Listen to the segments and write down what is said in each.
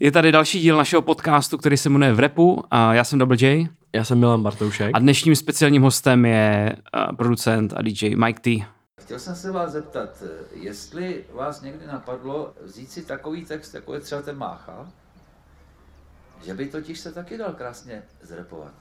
Je tady další díl našeho podcastu, který se jmenuje V rapu. A já jsem Double J. Já jsem Milan Bartoušek. A dnešním speciálním hostem je producent a DJ Mike T. Chtěl jsem se vás zeptat, jestli vás někdy napadlo vzít si takový text, jako je třeba ten Mácha, že by totiž se taky dal krásně zrapovat.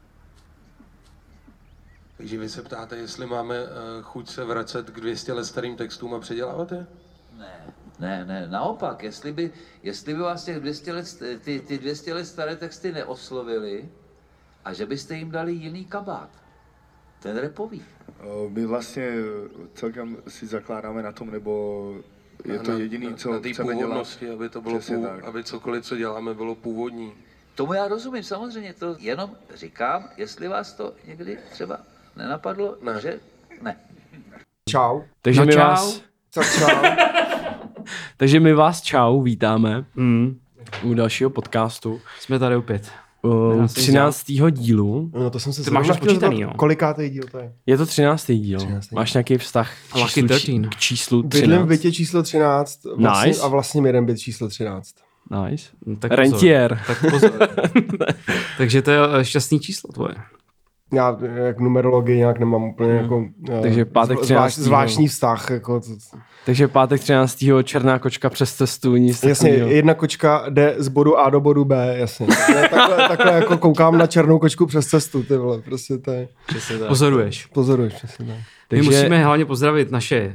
Takže vy se ptáte, jestli máme chuť se vracet k 200 let starým textům a předělávat je? Ne, naopak, jestli by vás těch 200 let, ty 200 let staré texty neoslovily a že byste jim dali jiný kabát, ten rapový. My vlastně celkem si zakládáme na tom, nebo je to jediný, co na té původnosti, aby to bylo aby cokoliv, co děláme, bylo původní. Tomu já rozumím, samozřejmě, to jenom říkám, jestli vás to někdy třeba nenapadlo, Ne. že ne. Čau. Takže No my čau. vás... Takže my vás čau, vítáme u dalšího podcastu. Jsme tady opět. U 13. dílu. No to jsem se Ty máš zrovna už počítaný, chtěl jo? Kolikátý díl to je? Je to 13. díl. 13. Máš nějaký vztah k Lucky číslu, 13. k číslu Bydlím 13? v bytě číslo 13 vlastně, Nice. a vlastním jeden byt číslo 13. Nice. No, tak Rentier. Pozor. Tak pozor. Takže to je šťastný číslo tvoje. Já jak numerologii nějak nemám úplně jako Takže pátek 13. zvláštní vztah. Jako Takže pátek 13. černá kočka přes cestu, nic jasně, takovýho. jedna kočka jde z bodu A do bodu B, jasně. takhle jako koukám na černou kočku přes cestu, ty vole, prostě to je, Pozoruješ. pozoruješ, přesně tak. My Takže musíme hlavně pozdravit naše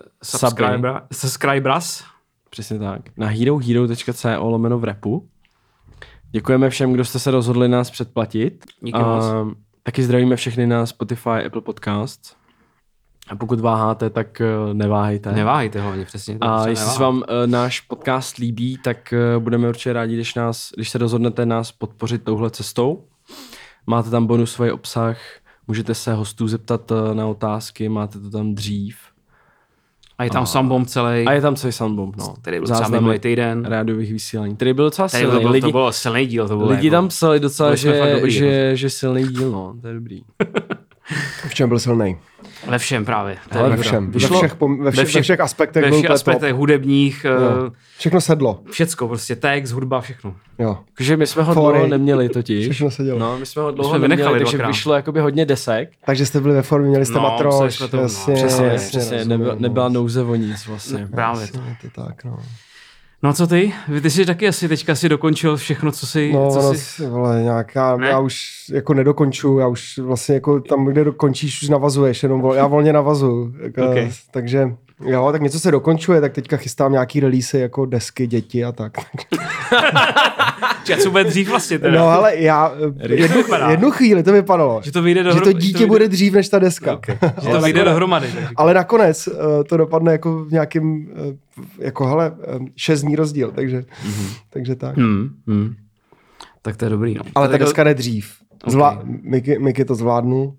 subscribers. přesně tak. Na herohero.co v rapu. Děkujeme všem, kdo jste se rozhodli nás předplatit. Díky moc. Taky zdravíme všechny na Spotify, Apple Podcasts. A pokud váháte, tak neváhejte. Neváhejte hlavně, přesně. A jestli se vám náš podcast líbí, tak budeme určitě rádi, když se rozhodnete nás podpořit touhle cestou. Máte tam bonusový obsah, můžete se hostů zeptat na otázky, máte to tam dřív. A je tam Soundbomb celý. A je tam celý Soundbomb, no. Který byl třeba minulý týden. rádiových vysílání. Který byl docela Tady silný. to bylo silný díl. To bylo Lidi jako, tam psali docela, byli jsme fakt dobrý, že silný díl, no. To je dobrý. V čem byl silnej? ve všem právě. To je Ve pravda. všem. Vyšlo- Ve všech aspektech ve byl všech to aspektech hudebních, top. Všechno sedlo. všecko, prostě text, hudba, všechno. Jo. Takže my jsme ho Fóry. dlouho neměli totiž. Všechno se dělo. No, my jsme ho dlouho jsme neměli, vynechali takže dvakrát. vyšlo jakoby hodně desek. Takže jste byli ve formě, měli jste No, matroš, museli jsme to, no, jasně, Přesně, rozumím, nebyla nouze o nic vlastně. Právě. Jasně, to tak, no. No a co ty? Ty jsi taky asi teďka si dokončil všechno, co si... No, co ono, si... vole, nějaká, Ne? já už jako nedokončuju, já už vlastně jako tam, kde dokončíš, už navazuješ, já volně navazuju. Jako, Okay. Takže jo, tak něco se dokončuje, tak teďka chystám nějaký release jako desky, děti a tak. Co bude dřív vlastně teda? No ale já jednu chvíli to vypadalo, Že to vyjde že dohromady. to dítě bude dřív než ta deska. Okay. Že to vyjde dohromady. takže. Ale nakonec to dopadne jako v nějakým, jako hele, 6 dní rozdíl, takže tak. Tak to je dobrý, no. Ale To ta je deska jde dřív. Okay. Miky to zvládnu,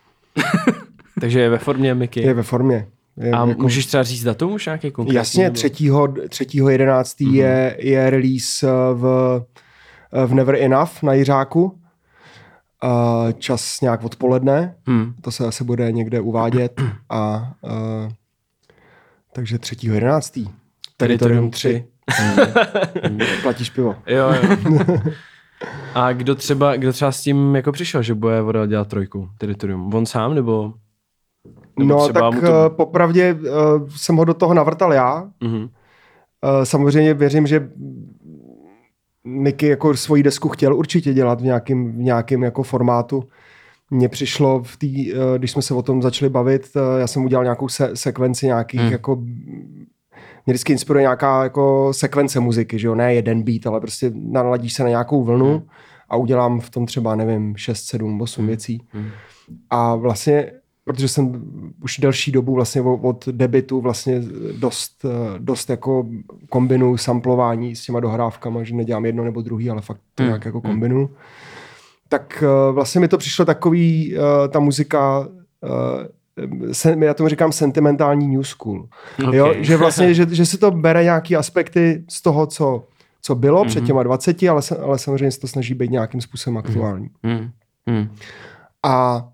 Takže je ve formě Miky. je ve formě. Je A jako, můžeš třeba říct datum už nějaký konkrétní? jasně, nebo- 3.11. je release v Never Enough na Jiřáku. Čas nějak odpoledne. To se asi bude někde uvádět. Takže 3.11. Teritorium 3. Platíš pivo. Jo. A kdo třeba s tím jako přišel, že bude Vodel dělat trojku, Teritorium? On sám, nebo No třeba tak mu to... popravdě jsem ho do toho navrtal já. Samozřejmě věřím, že Miky jako svoji desku chtěl určitě dělat v nějakém jako formátu. Mně přišlo, když jsme se o tom začali bavit, já jsem udělal nějakou sekvenci nějakých jako... Mě vždycky inspiruje nějaká jako sekvence muziky, že jo? Ne jeden beat, ale prostě naladíš se na nějakou vlnu a udělám v tom třeba, nevím, 6, 7, 8 věcí. A vlastně, protože jsem už delší dobu vlastně od debutu vlastně dost jako kombinuju samplování s těma dohrávkama, že nedělám jedno nebo druhý, ale fakt to nějak jako kombinuju. Tak vlastně mi to přišlo takový, ta muzika, já tomu říkám sentimentální new school. Okay. Jo? Že vlastně, že se to bere nějaký aspekty z toho, co bylo před těma 20, ale samozřejmě se to snaží být nějakým způsobem aktuální. A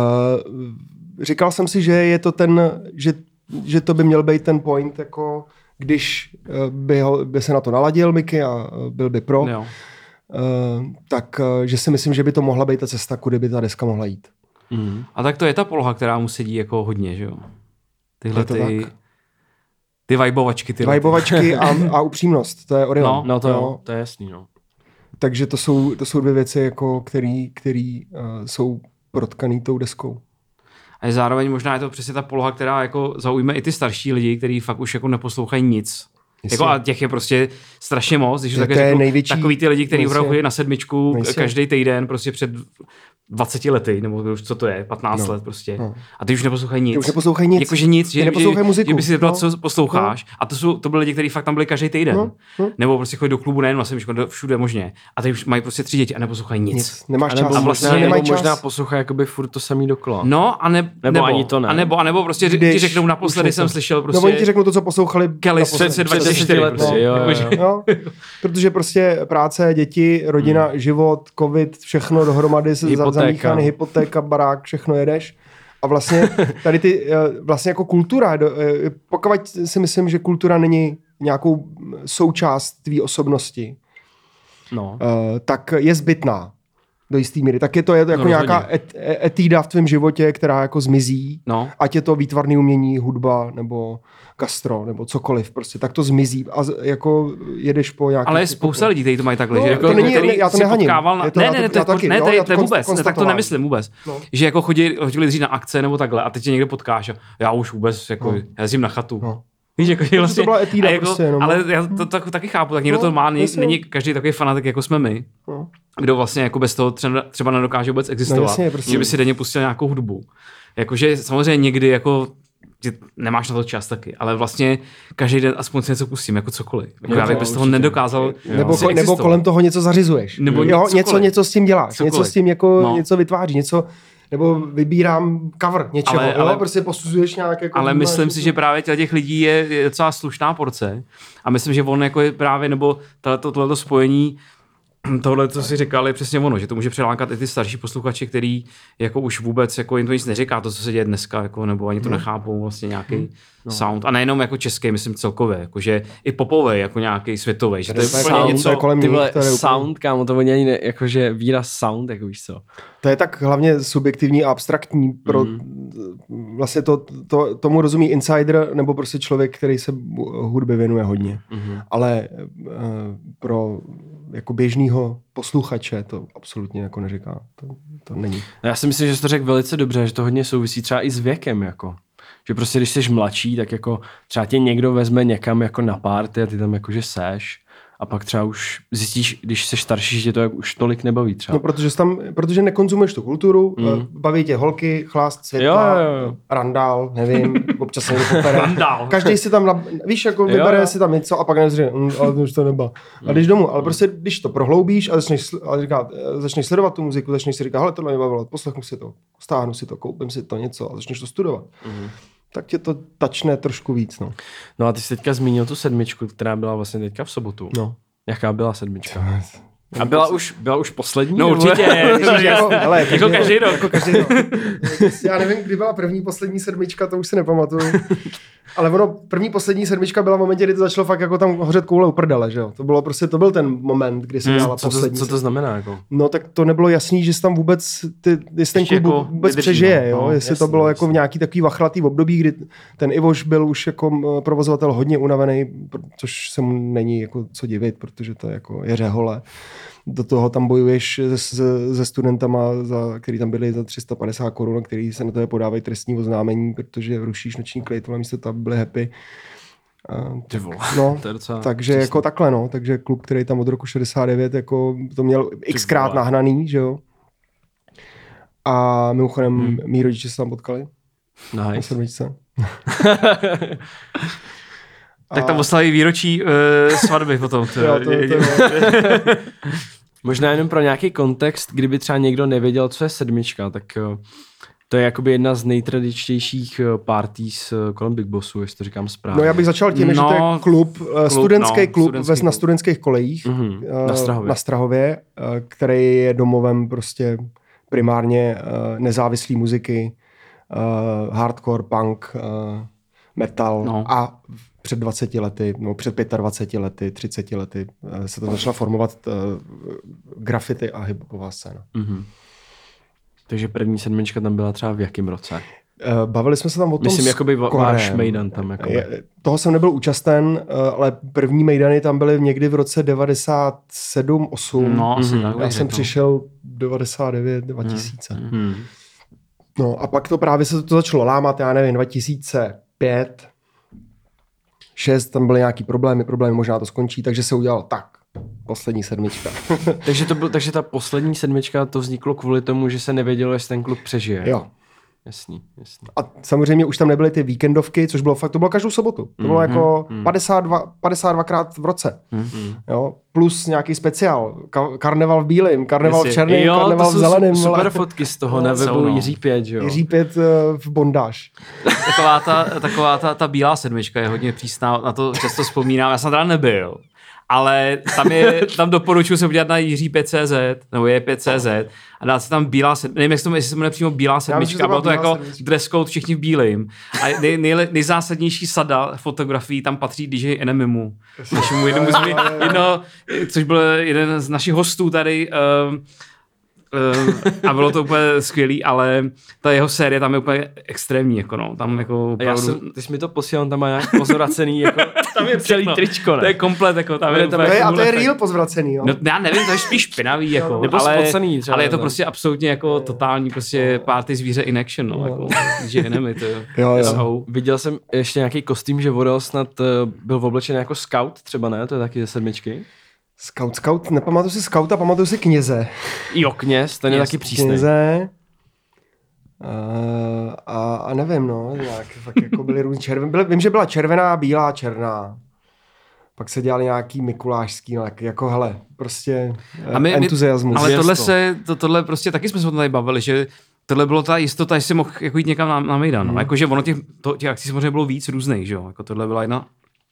říkal jsem si, že je to že to by měl být ten point, jako když by se na to naladil Mickey a byl by pro, tak že si myslím, že by to mohla být ta cesta, kudy by ta deska mohla jít. A tak to je ta poloha, která mu sedí jako hodně, že jo? Tyhle ty vibovačky. Vibovačky a upřímnost, to je Orion. No to je jasný, no. Takže to jsou dvě věci, jako který jsou protkaný tou deskou. A zároveň možná je to přesně ta poloha, která jako zaujme i ty starší lidi, kteří fakt už jako neposlouchají nic. Jako a těch je prostě strašně moc, když tak řeknu, takový ty lidi, kteří opravdu chodí na sedmičku každý týden prostě před 20 lety, nebo už co to je, 15 let prostě. A ty už neposlouchají nic. Jakože nic, že by si zeptal, co posloucháš. A to byli lidi, kteří fakt tam byli každý týden. Nebo prostě chodí do klubu nejen na sedmičku, všude možně. A ty už mají prostě 3 děti a neposlouchají nic. Nemáš čas. A vlastně možná poslouchají jakoby furt to samý dokola. No, nebo ani to ne. A nebo prostě ti řeknou naposledy jsem slyšel prostě. No oni ti řeknou to, co poslouchali Kelly 20 let. Protože prostě práce, děti, rodina, život, covid, všechno dohromady zamíchaný, hypotéka, barák, všechno jedeš. A vlastně tady ty, vlastně jako kultura, pokud si myslím, že kultura není nějakou součást tvý osobnosti, tak je zbytná do jistý míry. Tak je to jako nějaká etída v tvém životě, která jako zmizí. Ať je to výtvarné umění, hudba nebo gastro, nebo cokoliv prostě, tak to zmizí a jako jedeš po nějaký... Ale je spousta lidí, kteří to mají takhle, no, že jako, to není, já to nehaním. To je vůbec, tak to nemyslím vůbec. No. Že jako chodili dřív na akce nebo takhle a teď tě někde potkáš a já už vůbec jako jezdím na chatu. No. Víš, jako, že vlastně, to byla etída jako, prostě, no. Ale já to taky chápu, tak někdo to má, není každý takový fanatik, jako jsme my, kdo vlastně jako bez toho třeba nedokáže vůbec existovat, že by si denně pustil nějakou hudbu. Jakože samozřejmě někdy jako nemáš na to čas taky, ale vlastně každý den aspoň si něco pustím, jako cokoliv. Jako já bych bez toho nedokázal nebo kolem toho něco zařizuješ. Nebo něco s tím děláš, cokoliv. Něco s tím jako něco vytváří, něco nebo vybírám cover něčeho, ale prostě posuzuješ nějak jako... Ale myslím si, že právě těch lidí je docela slušná porce a myslím, že on jako je právě, nebo tohleto spojení tohle, co si říkal, je přesně ono, že to může přilákat i ty starší posluchači, který jako už vůbec jako jim to nic neříká, to, co se děje dneska, jako, nebo ani to nechápou vlastně nějaký sound. A nejenom jako český, myslím celkově, jakože i popový, jako nějaký světový. Že to je sound, něco kolem tyhle sound, kámo, to ani ne, jakože výraz sound, jako víš co. To je tak hlavně subjektivní a abstraktní pro vlastně tomu rozumí insider nebo prostě člověk, který se hudbě věnuje hodně. Ale pro jako běžného posluchače to absolutně jako neříká. To není. Já si myslím, že jsi to řekl velice dobře, že to hodně souvisí třeba i s věkem. Jako. Že prostě když jsi mladší, tak jako třeba tě někdo vezme někam jako na party a ty tam jakože seš. A pak třeba už zjistíš, když jsi starší, že to už tolik nebaví třeba. No, protože nekonzumuješ tu kulturu, baví tě holky, chlást světla, randál, nevím, občas někdo popere. Každý si tam, víš, jako vybere si tam něco a pak neřekne, ale to už to neba. A jdeš domů, ale prostě když to prohloubíš a začneš sledovat tu muziku, začneš si říkat, hele, tohle mě bavilo, poslechnu si to, stáhnu si to, koupím si to něco a začneš to studovat. Tak tě to tačne trošku víc. No a ty jsi teďka zmínil tu sedmičku, která byla vlastně teďka v sobotu. No. Jaká byla sedmička? A byla už poslední? No určitě. Jako každý rok. Já nevím, kdy byla první, poslední sedmička, to už si nepamatuju. Ale první, poslední sedmička byla v momentě, kdy to začalo fakt jako tam hořet koule u prdele, že jo. To byl ten moment, kdy se dělala poslední. Co to znamená jako? No tak to nebylo jasný, že tam vůbec jestli ten klub vůbec přežije, jo. Jestli to bylo jako v nějaký takový vachlatý období, kdy ten Ivoš byl už jako provozovatel hodně unavený, což se mu není jako co divit, protože to jako je řehole. Do toho tam bojuješ se studentama, který tam byli za 350 korun, který se na to podávají trestní oznámení, protože rušíš noční klid, ale místo toho byli happy. No, takže přesný. Jako takhle, no. Takže klub, který tam od roku 69 jako to měl xkrát nahnaný, že jo. A mimochodem mý rodiče se tam potkali. Nice. Tak tam oslaví výročí svatby potom. Možná jenom pro nějaký kontext, kdyby třeba někdo nevěděl, co je sedmička, tak to je jakoby jedna z nejtradičnějších parties kolem Big Bossu, jestli to říkám správně. No já bych začal tím, že to je studentský klub na studentských kolejích na Strahově, který je domovem prostě primárně nezávislý muziky, hardcore, punk, metal a před 20 lety, no před 25 lety, 30 lety se to začala formovat graffiti a hiphopová scéna. Takže první sedmička tam byla třeba v jakém roce? Bavili jsme se tam o tom. Myslím, jakoby váš mejdan tam. Jakoby. Toho jsem nebyl účasten, ale první mejdany tam byly někdy v roce 97-8. No, asi tak. Já jsem přišel 99-2000. No a pak to právě se to začalo lámat, já nevím, 2005, 6, tam byly nějaký problémy, možná to skončí, takže se udělal tak. Poslední sedmička. takže ta poslední sedmička to vzniklo kvůli tomu, že se nevědělo, jestli ten klub přežije. Jo. Jasný. A samozřejmě už tam nebyly ty víkendovky, což bylo fakt, to bylo každou sobotu. To bylo jako 52krát v roce. Jo? Plus nějaký speciál. Karneval v bílém, karneval v černém, karneval v zeleném. Super fotky z toho na webu Jiří 5, jo. Jiří 5 v bondáž. Taková ta bílá sedmička je hodně přísná, na to často vzpomínám. Já jsem teda nebyl. Ale tam doporučuji se podívat na Jiří5.cz nebo je5.cz a dát se tam bílá sedmička, nevím, jestli se jmenuje přímo bílá sedmička, bylo to jako dress code všichni v bílým. A nejzásadnější sada fotografií tam patří DJ Enemimu, našemu což byl jeden z našich hostů tady, a bylo to úplně skvělý, ale ta jeho série tam je úplně extrémní, jako no, tam jako opravdu... Ty jsi mi to posílal, tam má nějak pozvracený, jako tam je celý tričko, ne? To je komplet, jako tam je a to je real pozvracený, jo? No, já nevím, to je spíš špinavý, jako, nebo spocený třeba. Ale je to prostě absolutně jako totální prostě party zvíře in action, no, jako, že enemy, to jo. Viděl jsem ještě nějaký kostým, že Vorel snad byl oblečený jako scout, třeba ne? To je taky ze sedmičky. Scout, nepamatuju si skauta, pamatuju si kněze. Jo, kněz, ten je taky přísný. Kněze. A nevím, no, nějak fakt jako byly různý červené. Vím, že byla červená, bílá, černá. Pak se dělali nějaký mikulášský, no, jako hele, prostě entuziasmus. Ale tohle prostě taky jsme se o tom tady bavili, že tohle bylo ta jistota, že si mohl jako jít někam na mejdan. No. Jakože ono těch akcí samozřejmě bylo víc různých, že jo, jako tohle byla jedna.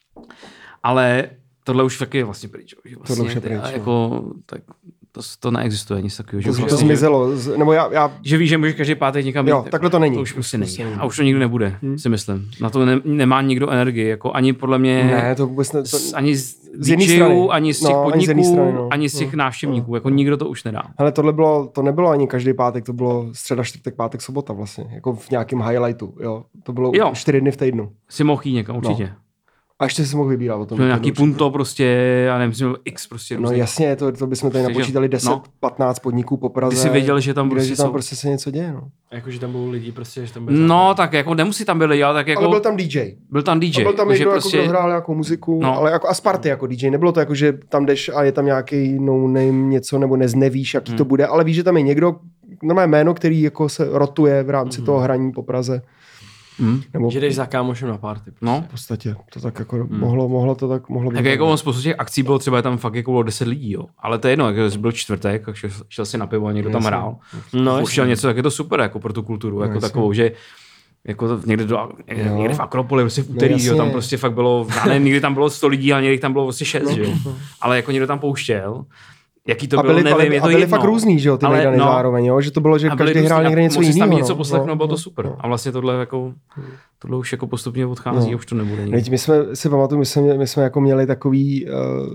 Ale tohle už taky je vlastně pryč. Vlastně, tohle už je pryč. Jako, tak to neexistuje nic takového. To vlastně zmizelo. Nebo já... Že víš, že můžeš každý pátek někam jo, takhle to není. To už prostě není. A už to nikdy nebude, si myslím. Na to nemá nikdo energii. Jako ani podle mě... Ne, to vůbec ne... Ani z DJů, ani z těch podniků, ani z těch návštěvníků. Jako nikdo to už nedá. Hele, to nebylo ani každý pátek, to bylo středa, čtvrtek, pátek, sobota vlastně. Jako v nějakém highlightu. Jo. To bylo 4 dny v týdnu. Si mohl jít někam, určitě. No. A ještě si mohl vybírat o tom. To nějaký punto prostě, já nevím, jsem X prostě. No jasně, to bychom tady napočítali 10-15 podniků po Praze. Ty jsi věděl, že tam prostě tam prostě se něco děje, no. Jako, že tam budou lidi prostě, že tam bude... No, tak jako nemusí tam být lidi, ale tak jako... Ale byl tam DJ. Byl tam DJ. A byl tam někdo, prostě... jako, kdo hrál nějakou muziku, ale jako a z party jako DJ. Nebylo to jako, že tam jdeš a je tam nějaký no-name něco, nebo nevíš, jaký to bude, ale víš, že tam je někdo, normálně jméno, který jako se rotuje v rámci toho hraní po Praze. Nebo... Že jdeš za kámošem na party. Prostě. No. V podstatě. To tak jako mohlo být. Tak jako spoustu těch akcí bylo třeba tam fakt jako bylo 10 lidí, jo. Ale to je jedno, jako byl čtvrtek, šel si na pivo a někdo tam hrál. No, ušel něco, tak je to super jako pro tu kulturu, jako takovou, že jako někde v Akropoli, prostě v úterý, jo, tam prostě fakt bylo, někdy tam bylo 100 lidí a někdy tam bylo prostě 6, jo. Ale jako někdo tam pouštěl. Jaký to bylo, nevím, je to byli jedno. fakt různý, že jo, ty mejdany zároveň, jo, že to bylo, že každý hrál někde něco jiného. Tam něco poslechnout, bylo to super. A vlastně tohle už jako postupně odchází, už to nebude nikdy. My jsme si pamatuju, my jsme jako měli takový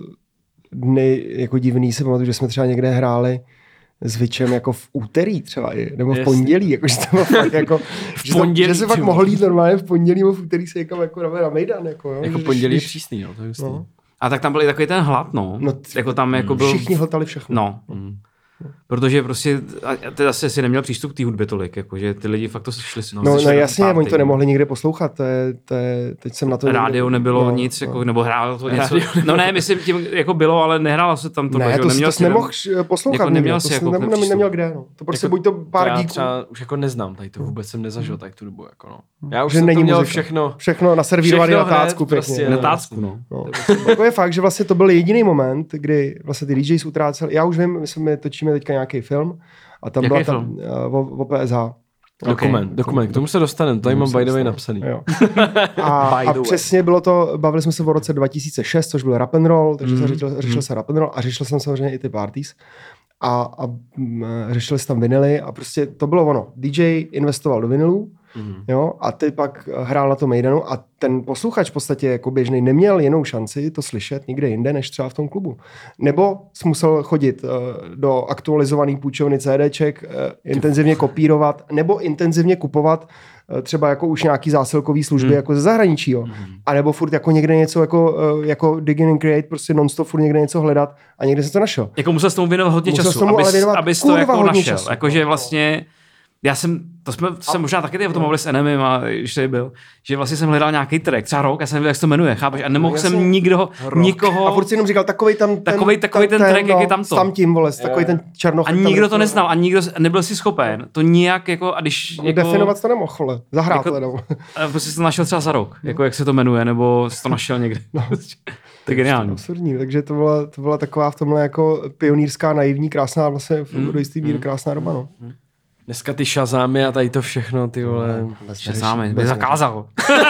dny jako divný, si pamatuju, že jsme třeba někde hráli s Vičem jako v úterý třeba, nebo v pondělí, jakože to bylo fakt jako, že se fakt mohl jít normálně v pondělí nebo v úterý se někam jako na mejdan, jako jo. Jako pondělí je přísný, jo, to je hustý. A tak tam byl i takový ten hlad, no jako tam jako byl... Všichni hltali všechno. No. Protože prostě ty zase si neměl přístup k té hudbě tolik, jakože ty lidi fakt to šli. No jasně, oni to nemohli nikde poslouchat, teď jsem na to... Rádio nebylo nic, jako, nebo hrálo to něco. No ne, myslím tím, jako bylo, ale nehrálo se tam to. Ne, to jsi nemohl poslouchat. Jako neměl si jako neměl kde, no. To prostě buď to pár díků. Já třeba už jako neznám tady to, vůbec jsem nezažil tady tu dobu, jako no. Já už jsem to měl všechno naservírovaný na tácku pěkně. Na tácku, no. To je fakt, že vlastně to byl jediný moment, kdy vlastně ty DJs utráceli. Já už vím, my točíme teďka nějaký film a tam byla tam o PSH. Dokument, k tomu se dostaneme, tady mám by the way napsaný. A přesně bylo to, bavili jsme se o roce 2006, což byl rap and roll, takže řešil se rap and roll a řešil jsem samozřejmě i ty parties. A řešili se tam vinily a prostě to bylo ono. DJ investoval do vinylů Jo? A ty pak hrál na tom Maidenu a ten posluchač v podstatě jako běžný neměl jinou šanci to slyšet nikde jinde, než třeba v tom klubu. Nebo jsi musel chodit do aktualizovaný půjčovny CDček, intenzivně kopírovat, nebo intenzivně kupovat třeba jako už nějaký zásilkový služby jako ze zahraničí, jo. A nebo furt jako někde něco jako dig and create, prostě non-stop furt někde něco hledat a někde jsem to našel. Jako musel s tomu věnovat hodně času, abys to jako našel. Jakože vlastně to jsme se možná taky o tom mluvili s Enemem, a když tady byl, že vlastně jsem hledal nějaký track, třeba rok, já jsem nevěděl, jak se to jmenuje, chápeš? A nemohl jsem nikoho... A furt si jenom říkal, takovej ten track, jak je tam to. Tam tím, vole, takovej ten černoch. A nikdo to neznal, a nikdo nebyl si schopen to nijak jako, a když... Jako, definovat to nemohl, vole, zahrát jako, nebo... A prostě to našel třeba za rok, jako jak se to jmenuje, nebo jsi to našel někde. To je geniální. Absurdní, takže to byla taková v tomhle jako pionýrská, naivní, krásná, vlastně do jistý míry krásná doba, no. Dneska ty Shazámy a tady to všechno, ty vole. Shazámy, by zakázal.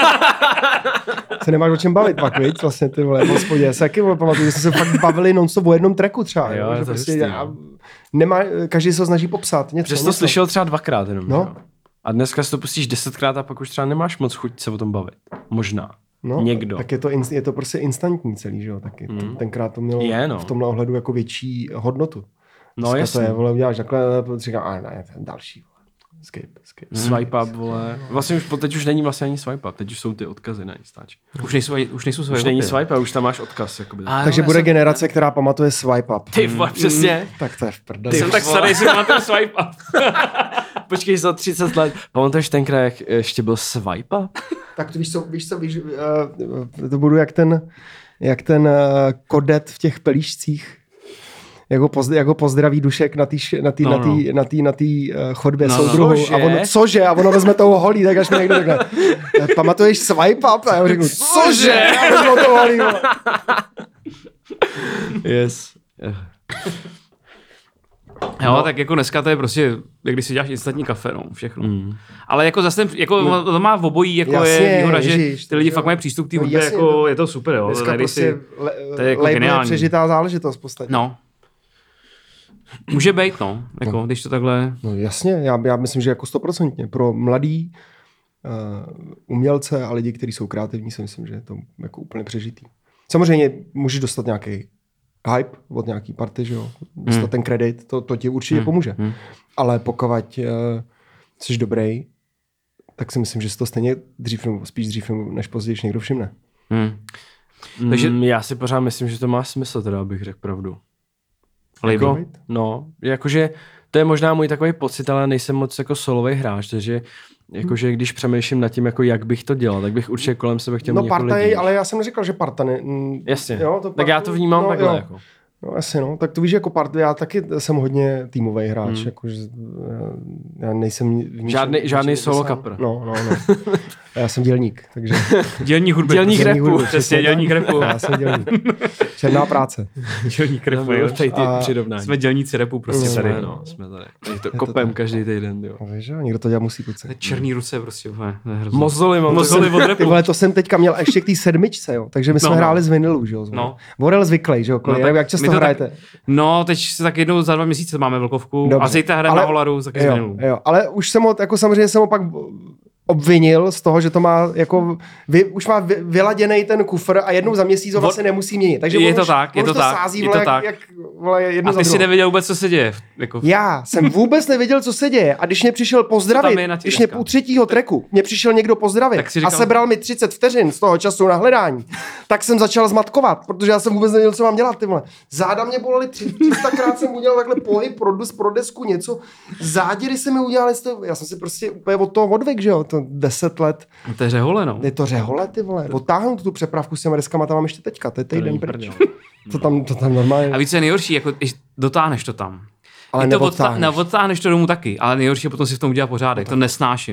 Se nemáš o čem bavit pak, viď? Vlastně ty vole, v hospodě. Já se taky pamatuju, že jsme se fakt bavili non-stop o jednom tracku třeba. Jo, že to prostě každý se ho snaží popsat něco. Přesto slyšel třeba 2krát jenom. No. A dneska si to pustíš 10krát a pak už třeba nemáš moc chuť se o tom bavit. Možná. No, někdo. Tak je to prostě instantní celý, že jo, taky. Tenkrát to mělo v tomhle ohledu jako větší hodnotu. No jasně. To je, vole, uděláš takhle, říkám, ne, ten další, vole. Escape. Swipe up, vole. Vlastně teď už není vlastně ani swipe up, teď už jsou ty odkazy na Instač. Už nejsou swipe Už není swipe up, už tam máš odkaz. Jakoby. Takže bude generace, která pamatuje swipe up. Ty vole, přesně. Tak to je v prdeli. Jsem tak starý, si pamatuju swipe up. Počkej, za 30 let. Pamatuješ tenkrát, jak ještě byl swipe up? Tak to víš, to budu jak ten kodet v těch pelíšcích. Jako pozdraví Dušek na té chodbě soudruhu. Cože? A ono vezme toho holí, tak až mi někdo řekne, pamatuješ swipe up? A já řeknu, cože? A vezme toho holí. Yes. Jo, tak jako dneska to je prostě, jak když si děláš instantní kafe, no, všechno. Ale jako zase, jako to má v obojí, jako jasně, je výhoda, že ty lidi fakt mají přístup k té hudbě, jako je to super, jo. Dneska prostě to je jako geniální. Přežitá záležitost v podstatě. No. Může být, no, jako, když to takhle... No jasně, já myslím, že jako 100%. Pro mladý umělce a lidi, kteří jsou kreativní, si myslím, že je to jako úplně přežitý. Samozřejmě můžeš dostat nějaký hype od nějaký party, že jo, dostat ten kredit, to ti určitě pomůže. Ale pokud jsi dobrý, tak si myslím, že si to stejně spíš dřív než později někdo všimne. Takže já si pořád myslím, že to má smysl, teda abych řekl pravdu. Jako, no, jakože to je možná můj takový pocit, ale nejsem moc jako solový hráč, takže jakože když přemýšlím nad tím, jako jak bych to dělal, tak bych určitě kolem sebe chtěl mít jako lidi. Ale já jsem neříkal, že parta ne... Jasně, jo, tak já to vnímám takhle. Jako. No jasně, no. Tak to víš, jako já taky jsem hodně týmový hráč, jakože já nejsem... Žádný solo kapr. No. Já jsem dělník, takže... Dělník hudby. Dělník rapu. Přesně, dělník rapu. Já jsem dělník. Černá práce. Dělník rapu. Jsme dělníci rapu prostě tady. No, jsme tady. Teď to kopem každý týden, jo. Víš, někdo to dělá musí kuce. Černý ruce prostě. Mozoly od rapu. Ty vole, to jsem teďka měl ještě k té 7, jo. Takže my jsme hráli z vinilu, že jo. Vorel zvyklý, že jo. Jak často hrajete? No, teď se tak jednou za 2 měsíce máme velkovku. A zítra hrajeme na Holaru taky z vinilu. Jo, ale už jsem ho, jako samozřejmě jsem ho pak obvinil z toho, že to má jako už má vyladěnej ten kufr a jednou za měsíc ho vlastně nemusí měnit. Takže je to tak. Sází, a ty si nevěděl vůbec, co se děje. Jako. Já jsem vůbec nevěděl, co se děje. A když mě přišel pozdravit, když mě u 3. tracku mě přišel někdo pozdravit a sebral mi 30 vteřin z toho času na hledání, tak jsem začal zmatkovat, protože já jsem vůbec nevěděl, co mám dělat. Tyhle. Záda mě bolely 300krát jsem udělal takhle pohyb pro desku něco. Záděry se mi udělali, já jsem si prostě úplně od toho odvyk, že jo. 10 let. To je řehole, no. Je to řehole, ty vole. Odtáhnout tu přepravku s těma deskama tam mám ještě teďka. To je týden pryč. To tam normálně. A víc je nejhorší, jako dotáhneš to tam. Ale neodtáhneš to domů taky, ale nejhorší je potom si v tom udělat pořádek. To nesnáším.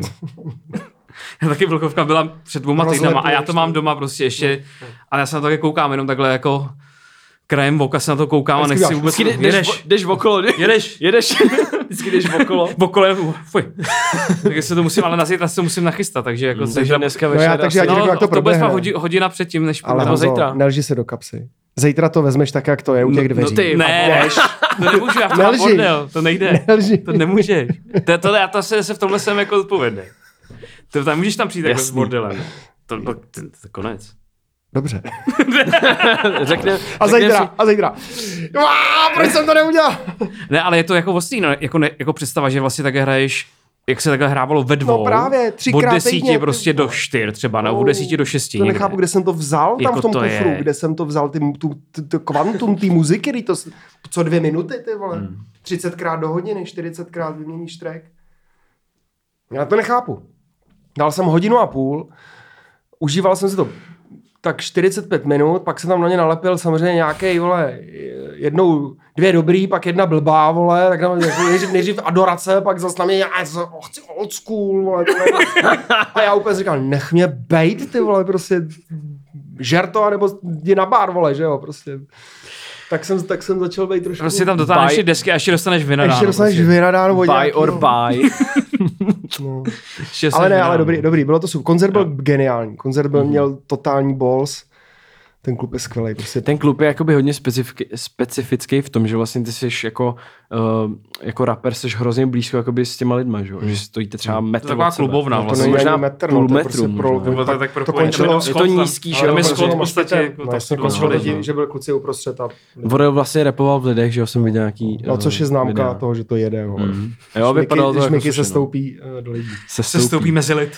Taky vlkovka byla před 2 týdnama a já to mám doma prostě ještě. A já se na to taky koukám, jenom takhle jako krajem oka se na to koukám a nechci vůbec... Jdeš okolo, jedeš. Vždycky jdeš okolo. Okolo, fuj. Takže se to musím, ale na zítra se to musím nachystat, takže jako... Takže dneska večer... Takže já ti řeknu, jak to proběhne. To bude hodina předtím, než půjde. Ale zítra. Nelži se do kapsy. Zítra to vezmeš tak, jak to je u těch dveří. Ne, to nemůžu, já mám bordel, to nejde. Nelži. To nemůžeš. To se v tomhle jsem jako odpovědný. Tam můžeš tam přijít jako s bordelem. To konec. Dobře. A zítra. Proč jsem to neudělal? Ne, ale je to jako ostrý, no, jako představa, že vlastně také hraješ, jak se takhle hrávalo ve dvou. No právě, 3x od 10 týdně, prostě do 4 třeba, no, od 10 do 6. To nechápu, kde jsem to vzal jako tam v tom kufru, kde jsem to vzal, to kvantum té muziky, to co 2 minuty, ty vole. 30krát do hodiny, 40krát vyměníš track. Já to nechápu. Dal jsem 1,5 hodiny, užíval jsem si to tak 45 minut, pak jsem tam na ně nalepil samozřejmě nějaký, vole, jednou 2 dobrý, pak 1 blbá, vole, tak tam nejdřív adorace, pak zase na mě, já chci old school, vole, a já úplně říkal, nech mě bejt, ty vole, prostě žer to, anebo jdi na bar, vole, že jo, prostě. Tak jsem začal být trošku... Prostě tam dotáhneš desky a ještě dostaneš vynadáno. Ještě dostaneš vynadáno. Buy or buy. No. Ale dobrý, bylo to super. Koncert byl geniální. Koncert měl totální balls. Ten klub je skvělý. Prostě. Ten klub je jakoby hodně specifický v tom, že vlastně ty jsi jako rapper seš hrozně blízko jakoby s těma lidma, že stojíte třeba metr od sebe. Taková klubovna vlastně. To není možná metr, půl to metru. To končilo. Je to nízký, že jo? V podstatě. Končilo, že byl kluci uprostřed. Vorel vlastně rapoval v lidech, že jo, jsem viděl nějaký no, což je známka videa toho, že to jede. Jo, vypadalo to jako Šmiky se stoupí do lidí. Se stoupí mezi lid.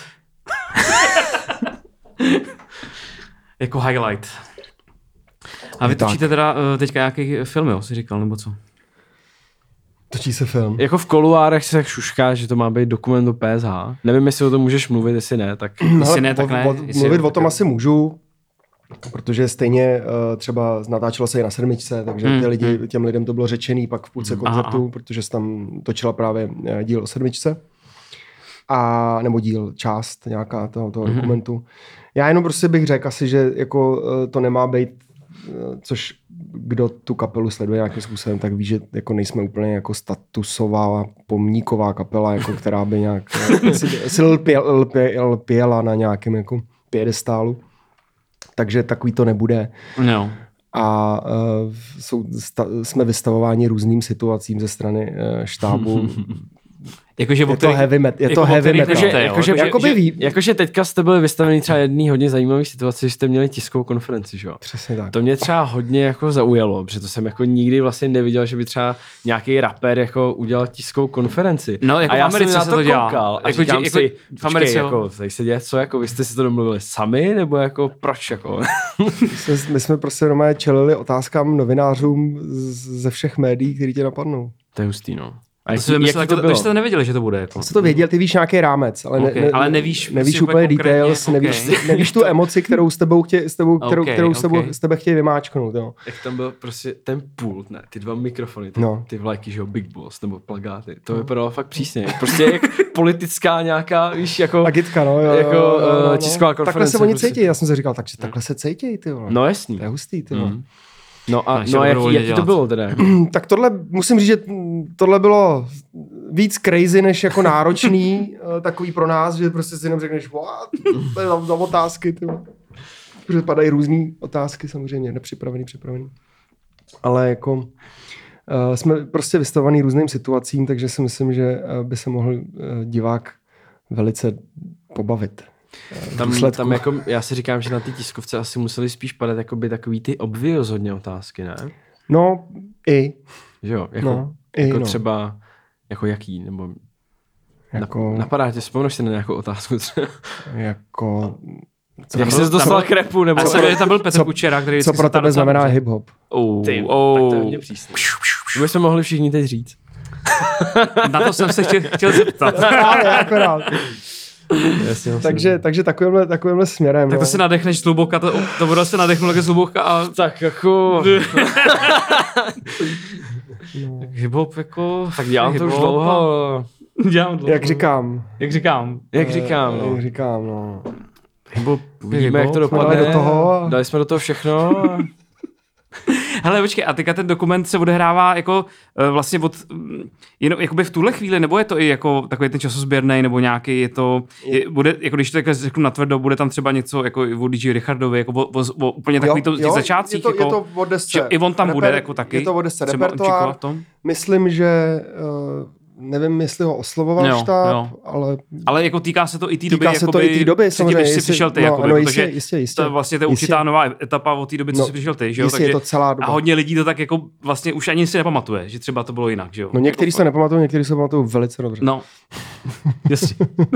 Jako highlight. A vy točíte teda teďka nějaký film, jo, jsi říkal, nebo co? Točí se film. Jako v kuluárech se šušká, že to má být dokument do PSH. Nevím, jestli o tom můžeš mluvit, jestli ne, tak... Jestli ne, tak ne. Mluvit o tom asi můžu, protože stejně třeba natáčelo se i na 7, takže těm lidem to bylo řečený pak v půlce koncertu, protože se tam točila právě díl o 7. Nebo část nějaká toho dokumentu. Já jenom prostě bych řekl asi, že jako to nemá být, což kdo tu kapelu sleduje nějakým způsobem, tak ví, že jako nejsme úplně jako statusová pomníková kapela, jako která by nějak si lpěla na nějakém jako piedestálu. Takže takový to nebude. No. A jsme vystavováni různým situacím ze strany štábu. Je to heavy metal. Jakože teďka jste byli vystaveni třeba jedný hodně zajímavý situaci, že jste měli tiskovou konferenci, že jo? Přesně tak. To mě třeba hodně jako zaujalo, protože to jsem jako nikdy vlastně neviděl, že by třeba nějaký rapper jako udělal tiskovou konferenci. No, jako a já v Americe jsem se to dělá. Koukal a říkám si, v Americe jako, tady se děje co, jako vy jste si to domluvili sami, nebo jako proč, jako? My jsme prostě normálně čelili otázkám novinářům ze všech médií, který tě napadnou. To je hustý, no. A jak to bylo? Jste nevěděli, že to bude. Jako. Jsi to věděl, ty víš nějaký rámec, ale, ale nevíš úplně details, nevíš tu emoci, kterou s tebe chtějí vymáčknout. Jo. Jak tam byl prostě ten pult, ne, ty 2 mikrofony, ty vlajky, že jo, Big Boss, nebo plakáty, to vypadalo fakt přísně. Prostě jak politická nějaká, víš, jako... Agitka, no, jako tisková konference. Takhle se oni cítí, já jsem si říkal, takže takhle se cítí, ty vole. No jasný. To je hustý, ty vole. No a jaký to bylo teda? Tak tohle, musím říct, že tohle bylo víc crazy, než jako náročný, takový pro nás, že prostě si jenom řekneš, what? To je za otázky, ty. Protože padají různý otázky, samozřejmě, nepřipravený. Ale jako jsme prostě vystavovaný různým situacím, takže si myslím, že by se mohl divák velice pobavit. Tam jako, já si říkám, že na té tiskovce asi museli spíš padat jakoby takový ty obvious hodně otázky, ne? No, i. Že jo, třeba, jako jaký, nebo napadá tě, vzpomneš si na nějakou otázku třeba? Jako... Jak jsi dostal k rapu, nebo... Tam byl Petr Kučera, který... Co pro tebe znamená hip-hop? Tak to je hodně přísně. To bychom mohli všichni teď říct. Na to jsem se chtěl zeptat. Akorát. Takže takovýmhle směrem. Tak to si nadechneš zluboka, to bude se nadechnout také zluboka a... Tak jako... Hip-hop jako... Tak dělám to už dlouho. Jak říkám, no. Hip-hop, vidíme, jak to dopadne. Dali jsme do toho všechno. Hele, počkej, a teďka ten dokument se odehrává jako vlastně jenom jakoby v tuhle chvíli, nebo je to i jako takový ten časozběrnej, nebo nějaký bude, jako když to řeknu natvrdo, bude tam třeba něco jako o DJ Richardovi, jako o úplně takový to těch začátcích. Je to o desce. I on tam bude jako taky. Je to o desce repertoár. Myslím, že nevím, jestli ho oslovoval štáb, ale jako týká se to i té doby, týká se to i té doby, samozřejmě, když jsi přišel ty, protože jistě. To vlastně to je určitá nová etapa od té doby, co jsi přišel ty, že jo? Takže, je to celá doba. A hodně lidí to tak jako vlastně už ani si nepamatuje, že třeba to bylo jinak, že jo? No někteří se nepamatují, někteří se pamatují velice dobře. No, jasně.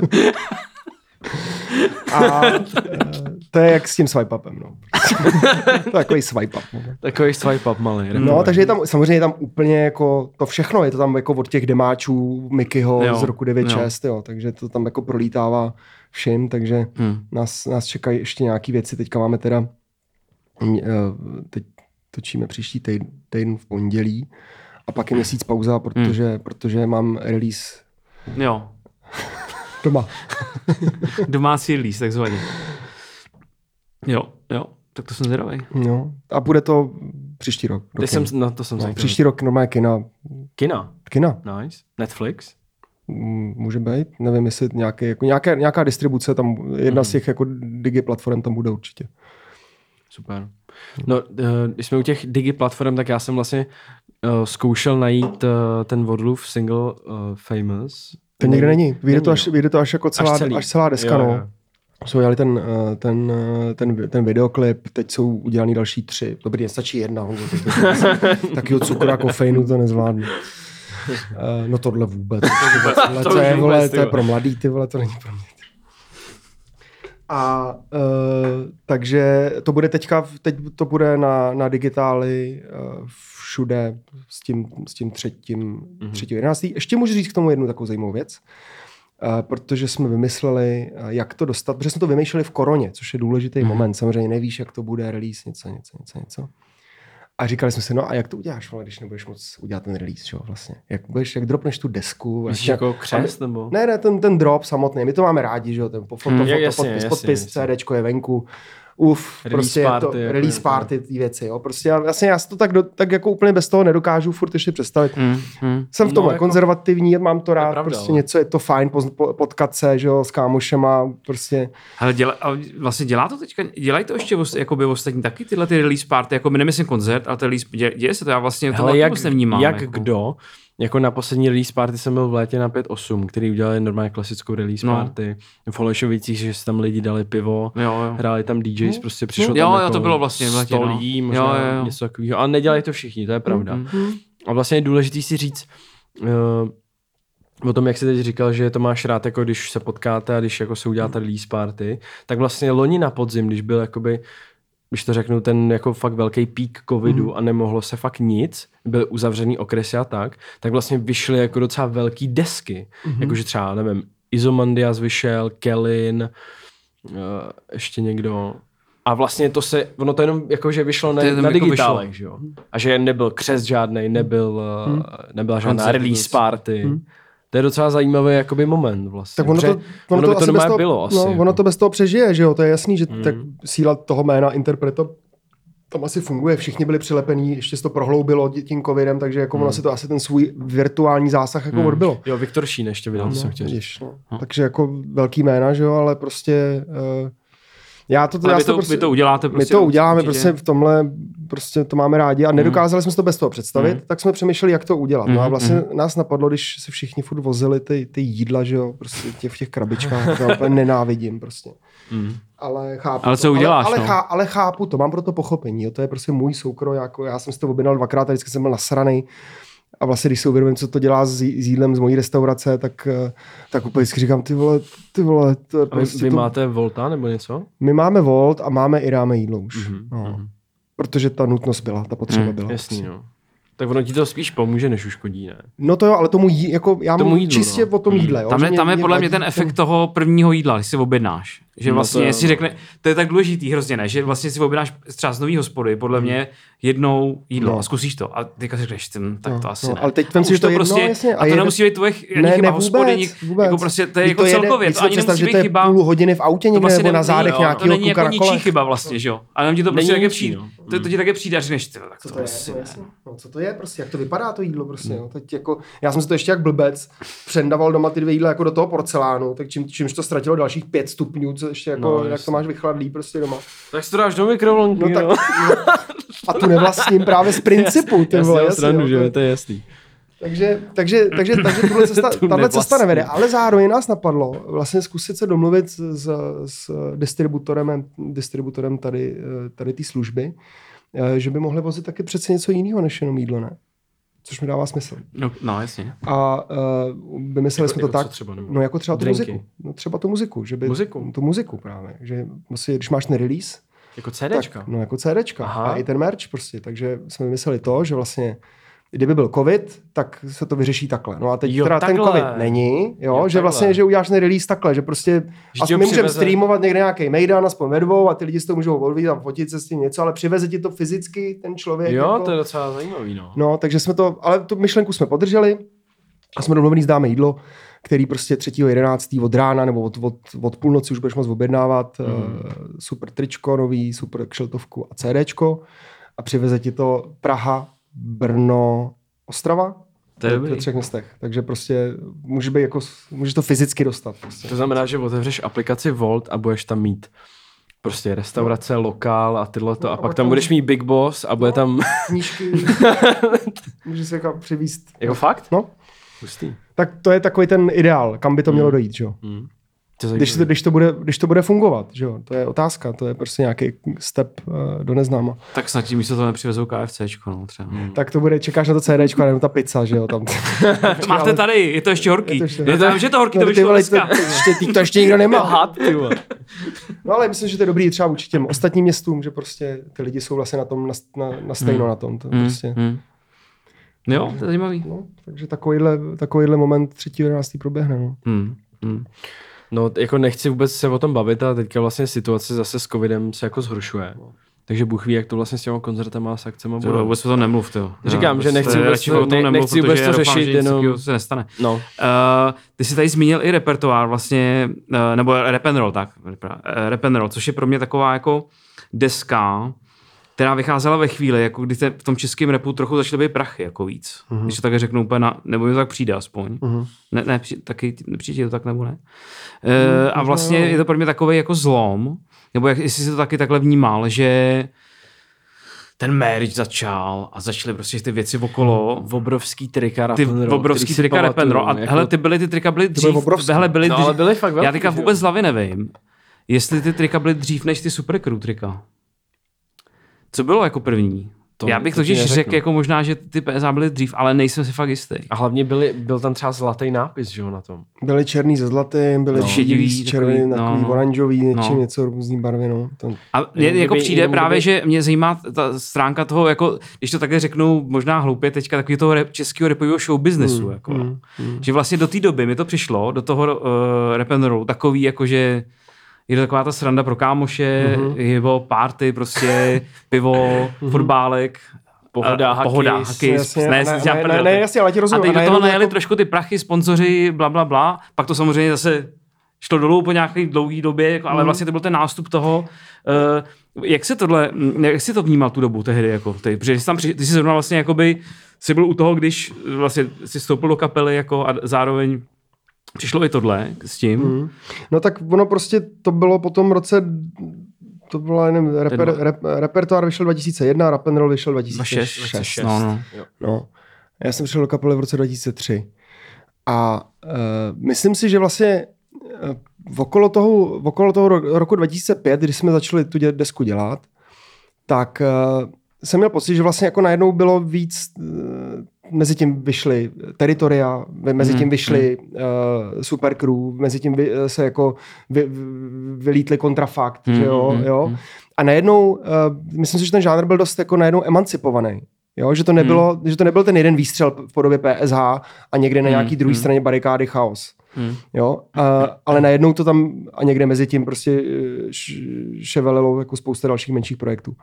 A to je jak s tím swipe-upem, no. Takový swipe-up. No. Takový swipe-up malý. No, takže je tam, samozřejmě je tam úplně jako to všechno, je to tam jako od těch demáčů Mickeyho z roku 9.6, jo, takže to tam jako prolítává všim, takže nás čekají ještě nějaký věci, teďka máme teda, teď točíme příští týden v pondělí a pak je měsíc pauza, protože mám release. Jo. Doma. Domácí release, takzvaně. Jo, tak to jsem zvědavej. Jo, a bude to příští rok. To jsem zajímavý. Příští rok normálně kina. Kina. Nice. Netflix? Může být, nevím, jestli nějaká distribuce, tam jedna z těch jako digi platform tam bude určitě. Super. No, když jsme u těch digi platform, tak já jsem vlastně zkoušel najít ten Vodlův single Famous. To nikde není. Vyjde to až jako celá deska, no. Jo. Jsou udělali ten videoklip, teď jsou udělaný další 3. Dobrý, nestačí jedna. Takovýho cukru a kofeinu to nezvládnu. No tohle vůbec. To je pro mladý, ty vole, to není pro mě. A takže to bude teď to bude na digitály všude s tím 3.11. Ještě můžu říct k tomu jednu takovou zajímavou věc, protože jsme vymysleli, jak to dostat, protože jsme to vymýšleli v koroně, což je důležitý moment. Samozřejmě nevíš, jak to bude release, něco. A říkali jsme si, no a jak to uděláš, když nebudeš moc udělat ten release, čo, vlastně? Jak dropneš tu desku? Myslíš jako křest, nebo? Ne, ten drop samotný, my to máme rádi, že jo, ten podpis, CDčko je venku. Prostě je to release party, ty věci, jo. Prostě já si to tak jako úplně bez toho nedokážu furt ještě představit. Jsem v tom konzervativní, mám to rád, pravda, prostě něco je to fajn, potkat se, že jo, s kámošema, prostě. Ale vlastně dělá to teďka, dělají to ještě jakoby ostatní taky tyhle ty release party, jako my nemyslím koncert, ale děje se to, já vlastně to moc nevnímám. Jak kdo? Jako na poslední release party jsem byl v létě na 5.8, který udělali normálně klasickou release party. V Holešovicích, že si tam lidi dali pivo, hráli tam DJs, prostě přišlo tam jako to bylo vlastně v létě, 100 lidí, možná něco takového. A nedělají to všichni, to je pravda. A vlastně je důležitý si říct o tom, jak jsi teď říkal, že to máš rád, jako když se potkáte a když jako se udělá ta release party, tak vlastně loni na podzim, když byl jakoby, když to řeknu, ten jako fakt velký pík covidu a nemohlo se fakt nic, byly uzavřený okresy a tak vlastně vyšly jako docela velký desky. Jakože třeba, nevím, Izomandias vyšel, Kellin, ještě někdo. A vlastně ono to jenom jako, že vyšlo na digitálech, že jo. A že nebyl křest žádnej, nebyla žádná release party. To je docela zajímavý jakoby moment vlastně. Tak ono to normálně toho, bylo asi. No, ono to bez toho přežije, že jo, to je jasný, že tak síla toho jména interpreta tam asi funguje, všichni byli přilepení, ještě se to prohloubilo tím covidem, takže jako ono si to asi ten svůj virtuální zásah jako odbylo. Jo, Viktor Šín ještě vydal, co jsem chtěl říct. Takže jako velký jména, že jo, ale prostě vy to uděláte prostě. My to uděláme prostě v tomhle, prostě to máme rádi a nedokázali jsme si to bez toho představit, tak jsme přemýšleli, jak to udělat. No a vlastně nás napadlo, když se všichni furt vozili ty jídla, že jo, prostě v těch krabičkách, to úplně nenávidím prostě. Ale chápu ale co uděláš, ale chápu to, mám pro to pochopení, jo, to je prostě můj soukro, jako já jsem si to objednal 2krát a vždycky jsem byl nasranej. A vlastně, když si uvědomím, co to dělá s jídlem z mojí restaurace, tak úplně vždycky říkám, ty vole. To prostě vy máte Volta nebo něco? My máme Volt a dáme jídlo už. Protože ta nutnost byla, ta potřeba byla. Jasný, no. Tak ono ti to spíš pomůže, než uškodí, ne? No to jo, ale já mám čistě o tom jídle. Jo, tam je podle mě ten efekt toho prvního jídla, když si objednáš. Že vlastně, jestli řekne, to je tak důležitý hrozně, ne? Že vlastně si objednáš třeba z nový hospody, podle mě jednou jídlo a zkusíš to. A teďka si řekneš, tak to asi ne. Ale teď si to jedno, prostě, jasně. A to nemusí být tvoje chyba hospody, jako prostě to je jako celkově. To ani nemusí být chyba. Půl hodiny v autě někde nebo na zádech nějakého kuka na kole. To není jako ničí chyba vlastně, že jo? A nám ti to prostě také přijde. To ti také přijde a řekneš, tak to asi ne. Co to je prostě, jak to vypadá to jídlo prostě, jo. Teď jako já jsem si to ještě jak blbec předával doma ty 2 jídla jako do toho porcelánu, tak čímž to ztratilo dalších 5 stupňů, co ještě jako jak to máš vychladlý prostě doma. Tak si to dáš do mikrovlnky, A tu nevlastním právě z principu, ty vole. Jasně, že to je jasný. Takže tahle cesta nevede, ale zároveň nás napadlo vlastně zkusit se domluvit s distributorem tady té služby, že by mohli vozit taky přece něco jiného než jenom jídlo, ne? Což mi dává smysl. No jasně. A vymysleli jsme to tak, třeba, no jako třeba tu muziku. No třeba tu muziku, že by tu muziku právě, že když máš ten release, jako CDčka. Tak, no jako CDčka. Aha. A i ten merch prostě, takže jsme vymysleli to, že vlastně kdyby byl covid, tak se to vyřeší takhle. No a teď teda ten covid není, že vlastně, že uděláš ten release takhle, že prostě my můžeme streamovat někde nějaký mejdan, aspoň ve dvou a ty lidi si to můžou odvíjet, tam fotit se s tím něco, ale přiveze ti to fyzicky ten člověk. Jo, jako, to je docela zajímavý, no. No, takže jsme to, ale tu myšlenku jsme podrželi a jsme domluvený Dáme jídlo, který prostě 3.11. od rána nebo od půlnoci už budeš moct objednávat super tričko nový, super kšeltovku a CDčko a přiveze ti to Praha, Brno, Ostrava ve 3 městech. Takže prostě můžeš to fyzicky dostat. Prostě. To znamená, že otevřeš aplikaci Volt a budeš tam mít prostě restaurace, lokál a tyhle to. No, a pak tam budeš mít Big Boss a bude tam... Knížky. Můžeš se jako přivízt. Jako fakt? No. Pustý. Tak to je takový ten ideál, kam by to mělo dojít, že jo? Když to bude fungovat, že jo? To je otázka, to je prostě nějaký step do neznáma. Tak snad tím místo to nepřivezou KFCčko, no třeba. Tak to bude, čekáš na to CDčko, a nebo ta pizza, že jo? Tam. Máte tady, je to ještě horký. Že to horký, to vyšlo dneska. To ještě nikdo nemá. No ale myslím, že to je dobrý třeba vůči těm ostatním městům, že prostě ty lidi jsou vlastně na tom, na stejno na tom. To prostě. Jo, to je zajímavý. No, takže takovýhle moment 3.11. proběhne. No. No, jako nechci vůbec se o tom bavit, a teďka vlastně situace zase s covidem se jako zhoršuje. Takže Bůh ví, jak to vlastně s těma koncertama a s akcema bude. Vůbec o tom nemluv, jo. Říkám, že nechci vůbec to řešit, jenom... se nestane. No. Ty jsi tady zmínil i repertoár vlastně, nebo rap and roll, tak. Rap and roll, což je pro mě taková jako deska, která vycházela ve chvíli, jako kdy v tom českém rapu trochu začaly být prachy, jako víc. Když to tak řeknu úplně, nebo mi to tak přijde aspoň. Ne, taky nepřijde to tak, nebo ne. A vlastně je to pro mě takový jako zlom, nebo jestli jsi to taky takhle vnímal, že ten merch začal a začaly prostě ty věci okolo. Obrovský trika rap and roll. A hele, ty trika byly dřív. Ale byly fakt velký. Já teďka vůbec z hlavy nevím, jestli ty trika byly dřív než ty Super Crew trika. Co bylo jako první? Já bych totiž řekl jako možná, že ty PSA byly dřív, ale nejsem si fakt jistý. A hlavně byl tam třeba zlatý nápis, že jo, na tom. Byly černý se zlatým, byly šedivý, červený, takový oranžový, něco různý barvy, no. A mě jako přijde právě, že mě zajímá ta stránka toho, jako, když to takhle řeknu možná hloupě teďka, takový toho českého rapového show businessu, jako. Že vlastně do té doby mi to přišlo, do toho rap and roll, takový jako, že je to taková ta sranda pro kámoše, jeho party, prostě, pivo, fotbálek, pohoda, haky. Jasně, ale ti rozumím. A teď do toho najeli trošku ty prachy, sponzoři, bla, pak to samozřejmě zase šlo dolů po nějaké dlouhé době, jako, ale vlastně to byl ten nástup toho, jak jsi to vnímal tu dobu tehdy, jako ty, protože ty jsi zrovna vlastně jakoby, jsi byl u toho, když vlastně jsi vstoupil do kapely, jako a zároveň přišlo i tohle s tím. No tak ono prostě to bylo po tom roce, to bylo jenom repertoár vyšel 2001, rap and roll vyšel 2006. No. Já jsem přišel do kapely v roce 2003. A myslím si, že vlastně okolo toho roku 2005, když jsme začali tu desku dělat, tak jsem měl pocit, že vlastně jako najednou bylo víc, mezi tím vyšly Teritoria, mezi tím vyšly Super Crew, mezi tím se jako vylítly Kontrafakt, že jo. A najednou, myslím si, že ten žánr byl dost jako najednou emancipovaný. Jo, že to nebyl ten jeden výstřel v podobě PSH a někde na nějaký druhé straně barikády chaos. Jo, ale najednou to tam a někde mezi tím prostě ševelilo jako spousta dalších menších projektů.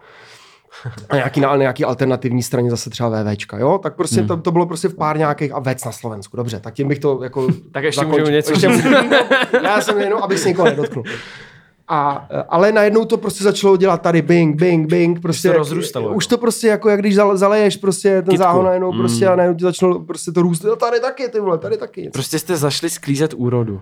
A na nějaký alternativní straně zase třeba VVčka, jo? Tak prostě to bylo prostě v pár nějakých a vec na Slovensku. Dobře, tak tím bych to jako tak ještě můžu něco. Já jsem jenom, abych se nikoho nedotknul. Ale najednou to prostě začalo dělat tady bing, prostě to rozrůstalo. Už to prostě jako jak když zaleješ prostě ten záhon najednou prostě a najednou ti začalo prostě to růst. Tady taky, ty vole, tady taky. Prostě jste zašli sklízet úrodu.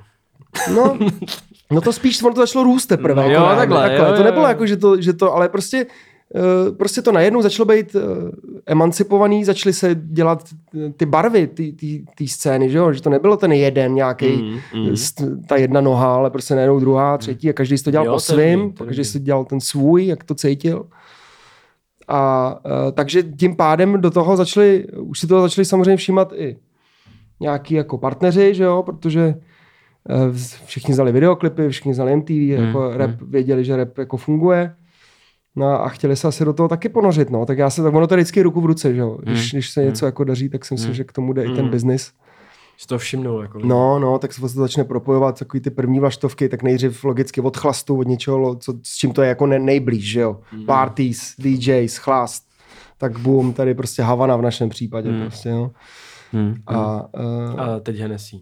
No to spíš to začalo růst teprve. No, jako takhle. To nebylo jako, že to, ale prostě prostě to najednou začalo být emancipovaný, začaly se dělat ty barvy, ty scény, že jo? Že to nebylo ten jeden nějaký, ta jedna noha, ale prostě najednou druhá, třetí a každý si to dělal po svým, každý si to dělal ten svůj, jak to cítil. A takže tím pádem do toho už si toho začali samozřejmě všímat i nějaký jako partneři, že jo? Protože všichni znali videoklipy, všichni znali MTV, jako rap, věděli, že rap jako funguje. No a chtěli se asi do toho taky ponořit, no. Tak ono to je vždycky ruku v ruce, že jo. Když se něco jako daří, tak si myslím, že k tomu jde i ten biznis. Že to všimnou, jako. No, tak se to začne propojovat takový ty první vlaštovky, tak nejdřív logicky od chlastu, od něčeho, s čím to je jako nejblíž, že jo. Parties, DJs, chlast, tak boom, tady prostě Havana v našem případě, prostě, jo. A teď Hennessy.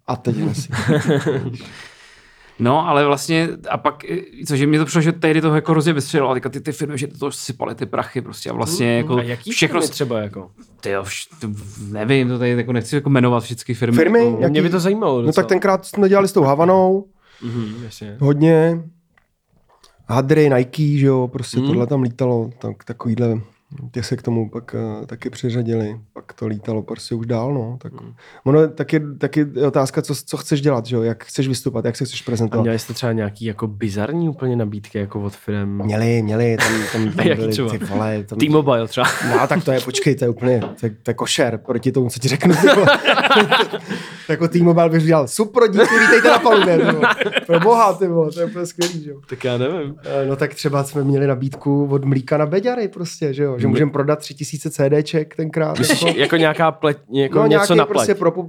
No, ale vlastně, a pak, cože mě to přišlo, že tehdy to jako hrozně vystřelilo, a ty firmy, že to sypaly ty prachy prostě a vlastně jako... A jaký všechno třeba jako? Nevím, to tady jako nechci jako jmenovat všechny firmy. Firmy? Jako, mě by to zajímalo docela. No tak tenkrát jsme dělali s tou Havanou, hodně, Hadry, Nike, že jo, prostě tohle tam lítalo, takovýhle... Těch se k tomu pak taky přiřadili, pak to lítalo prostě už dál, no. Tak, ono taky otázka, co chceš dělat, že jo, jak chceš vystupat, jak se chceš prezentovat. A měli jste třeba nějaký jako bizarní úplně nabídky jako od firm? Měli, tam byly ty vole. T-Mobile třeba. No tak to je, počkej, to je úplně, to je košer proti tomu, co ti řeknu. Jako T-Mobile bych dělal, super, díky, vítejte na palubě, pro boha, ty vole, to je úplně skvělý, že jo. Tak já nevím. No tak třeba jsme měli nabídku od Mlíka na Beďary prostě, že jo, že můžeme prodat 3000 CDček tenkrát. Jako nějaká pleť, jako něco na pleť. Prostě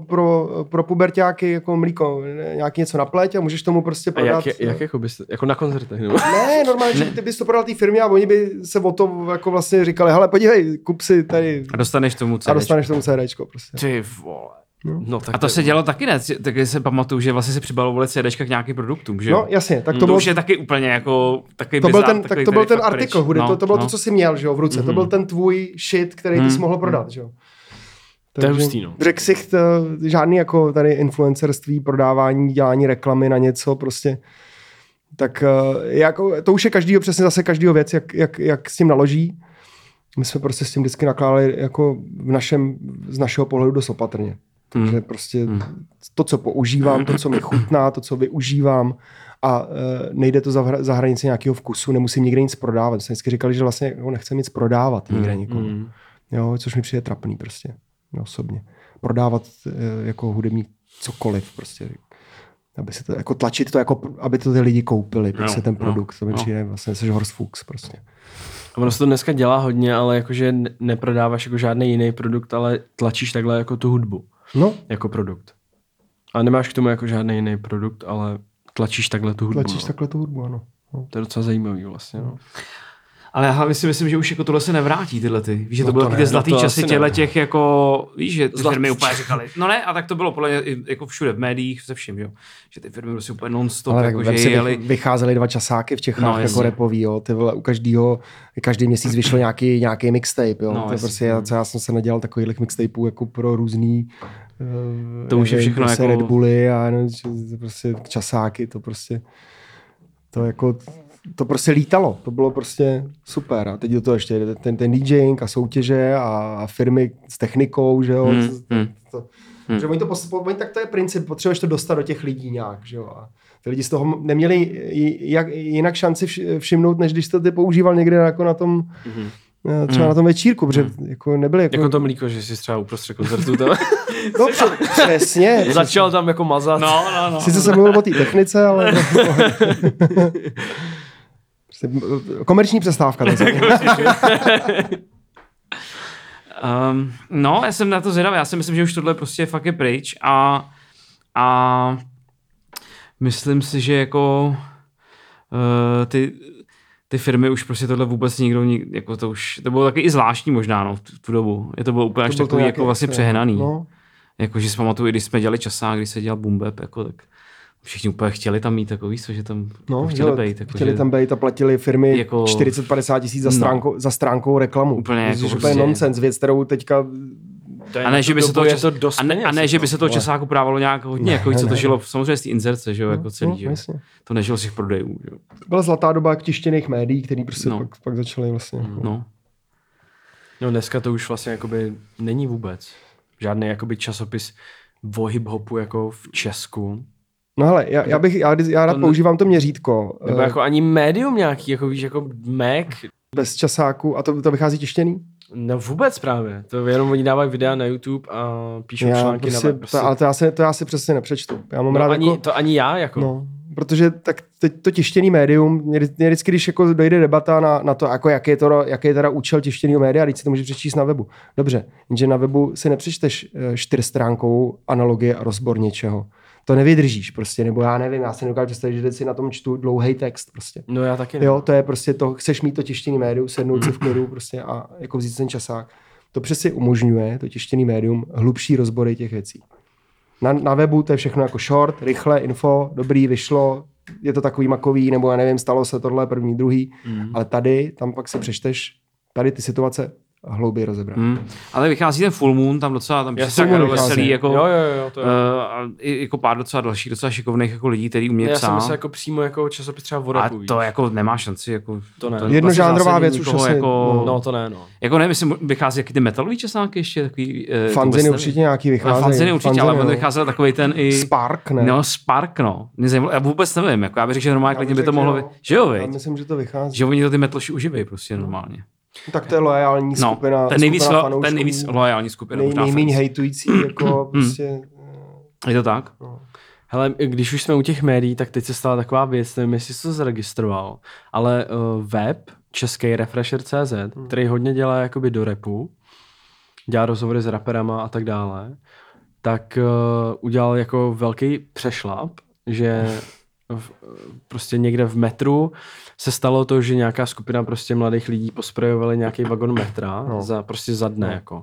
pro puberťáky jako mlíko, nějaký něco na pleť a můžeš tomu prostě prodat. Jak jako byste, jako na koncertech? Nebo? Ne, normálně, že ty bys to prodal té firmě a oni by se o to jako vlastně říkali, hele, podívej, kup si tady. A dostaneš tomu CDčko prostě. Ty vole. No, tak a to se dělalo taky, ne? Taky se pamatuju, že vlastně se přibalovali CDčka k nějakým produktům, že? No, jasně. Tak to už je taky úplně jako takový to byl ten artikl, to bylo to, co jsi měl, že jo, v ruce. To byl ten tvůj shit, který ty jsi mohl prodat, že jo. To je hustý, no. Řekl si žádný jako tady influencerství, prodávání, dělání reklamy na něco prostě. Tak jako, to už je přesně zase každýho věc, jak s tím naloží. My jsme prostě s tím vždycky nakládali jako z našeho pohledu dost opatrně. Takže prostě to, co používám, to, co mi chutná, to, co využívám a nejde to za hranici nějakého vkusu, nemusím nikde nic prodávat. Jsme vždycky říkali, že vlastně nechceme nic prodávat nikde nikomu. Jo, což mi přijde trapný prostě, osobně. Prodávat jako hudebník cokoliv prostě. Aby se to, jako tlačit to, jako, aby to ty lidi koupili, prostě ten produkt. To mi přijde vlastně, jsi Horst Fuchs prostě. A ono se to dneska dělá hodně, ale jakože neprodáváš jako žádný jiný produkt, ale tlačíš takhle jako tu hudbu. No. Jako produkt. A nemáš k tomu jako žádný jiný produkt, ale tlačíš takhle tu hudbu. Takhle tu hudbu, ano. No. To je docela zajímavý vlastně, no. Ale já si myslím, že už jako tohle se nevrátí, tyhle ty. Víš, že to bylo ty zlatý časy těch jako, víš, že ty firmy úplně říkali. No ne, a tak to bylo podle mě jako všude v médiích, se vším, jo. Že ty firmy prostě úplně non-stop, ale jako, že jeli. Vycházely 2 časáky v Čechách jako repový, jo. Ty vole, u každý měsíc vyšlo nějaký mixtape, jo. No, to je prostě, já jsem se nadělal takových mixtapeů jako pro různý to už je všechno prostě jako Red Bully a prostě časáky, to prostě lítalo, to bylo prostě super. A teď do toho ještě ten DJing a soutěže a firmy s technikou, že jo. Že oni tak to je princip, potřebuješ to dostat do těch lidí nějak, že jo. A ty lidi z toho neměli jinak šanci všimnout, než když to ty používal někde jako na tom, třeba na tom večírku, protože jako nebyly jako to mlíko, že jsi třeba uprostřed koncertu tam. No přesně. Začal tam jako mazat. No. Sice jsem mluvil o té technice, ale... Komerční přestávka. No, já jsem na to zvědavý. Já si myslím, že už tohle prostě fakt je pryč a myslím si, že jako ty firmy už prostě tohle vůbec nikdo, jako to bylo taky i zvláštní možná, no, v tu dobu. Je to bylo úplně až takový jako vlastně přehnaný. No. Jako, že si pamatuju, když jsme dělali časák, když se dělal Boom Bap, jako tak všichni úplně chtěli tam mít takový, že tam chtěli být. Jako, chtěli tam být a platili firmy jako 40-50 tisíc za stránkou reklamu. Úplně jako úplně nonsens, věc, kterou teďka A ne, že by se toho Česáku právalo nějak hodně, jako co to žilo samozřejmě z té inzerce, že jo, jako celý, že jo. To nežilo z těch prodejů, že jo. To byla zlatá doba tištěných médií, který prostě pak začaly vlastně. No dneska to už vlastně jakoby není vůbec. Žádný jakoby časopis o hip-hopu jako v Česku. No hele, já rád používám to měřítko. Nebo jako ani médium nějaký, jako víš, jako Mac. Bez Časáku. A to vychází tištěný? No vůbec právě. To jenom oni dávají videa na YouTube a píšou články na web. Ale to já si přesně nepřečtu. Já mám rád to ani já jako. No, protože tak teď to tištěný médium, mě vždycky, když jako dojde debata na to, jako jaký je teda účel tištěného média, když si to můžeš přečíst na webu. Dobře, jenže na webu si nepřečteš 4stránkovou analogie a rozbor něčeho. To nevydržíš prostě, nebo já nevím, já si nedokážu představit, že teď si na tom čtu dlouhý text prostě. No já taky ne. Jo, to je prostě to, chceš mít to tištěný médium, sednout si v klidu prostě a jako vzít ten časák. To přesně umožňuje, to tištěný médium, hlubší rozbory těch věcí. Na webu to je všechno jako short, rychle, info, dobrý, vyšlo, je to takový makový, nebo já nevím, stalo se tohle, první, druhý, ale tady, tam pak se přečteš, tady ty situace hlouběji rozebrat. Ale vychází ten Full Moon, tam docela, tam veselý, jako, jo, to je. Jako pár docela šikovných jako lidí, kteří umějí psát. Já jsem myslel jako přímo jako časopis třeba o rapu. A to jako nemá šanci. Jako, to ne. Jednožánrová věc už asi. Jako, no to ne, no. Jako ne, myslím, vychází jaký ty metalový časáky ještě, takový... Fanziny určitě nějaký vycházejí. Fanziny určitě, ale on vycházel takovej ten i... Spark, ne? No, Spark, no. Já vůbec nevím, jako já bych řekl, že normálně klidně by to mohlo... Že jo, já myslím, že to vychází. Že oni to ty metloši uživějí prostě normálně. Tak to je loajální skupina. Ten nejvíc loajální skupina. Nejméně hejtující, jako prostě... Je to tak? No. Hele, když už jsme u těch médií, tak teď se stala taková věc, nevím, jestli jsi to zaregistroval, ale web český Refresher.cz, který hodně dělá jakoby do rapu, dělá rozhovory s raperama a tak dále, tak udělal jako velký přešlap, že prostě někde v metru se stalo to, že nějaká skupina prostě mladých lidí posprejovali nějaký vagon metra za dne jako.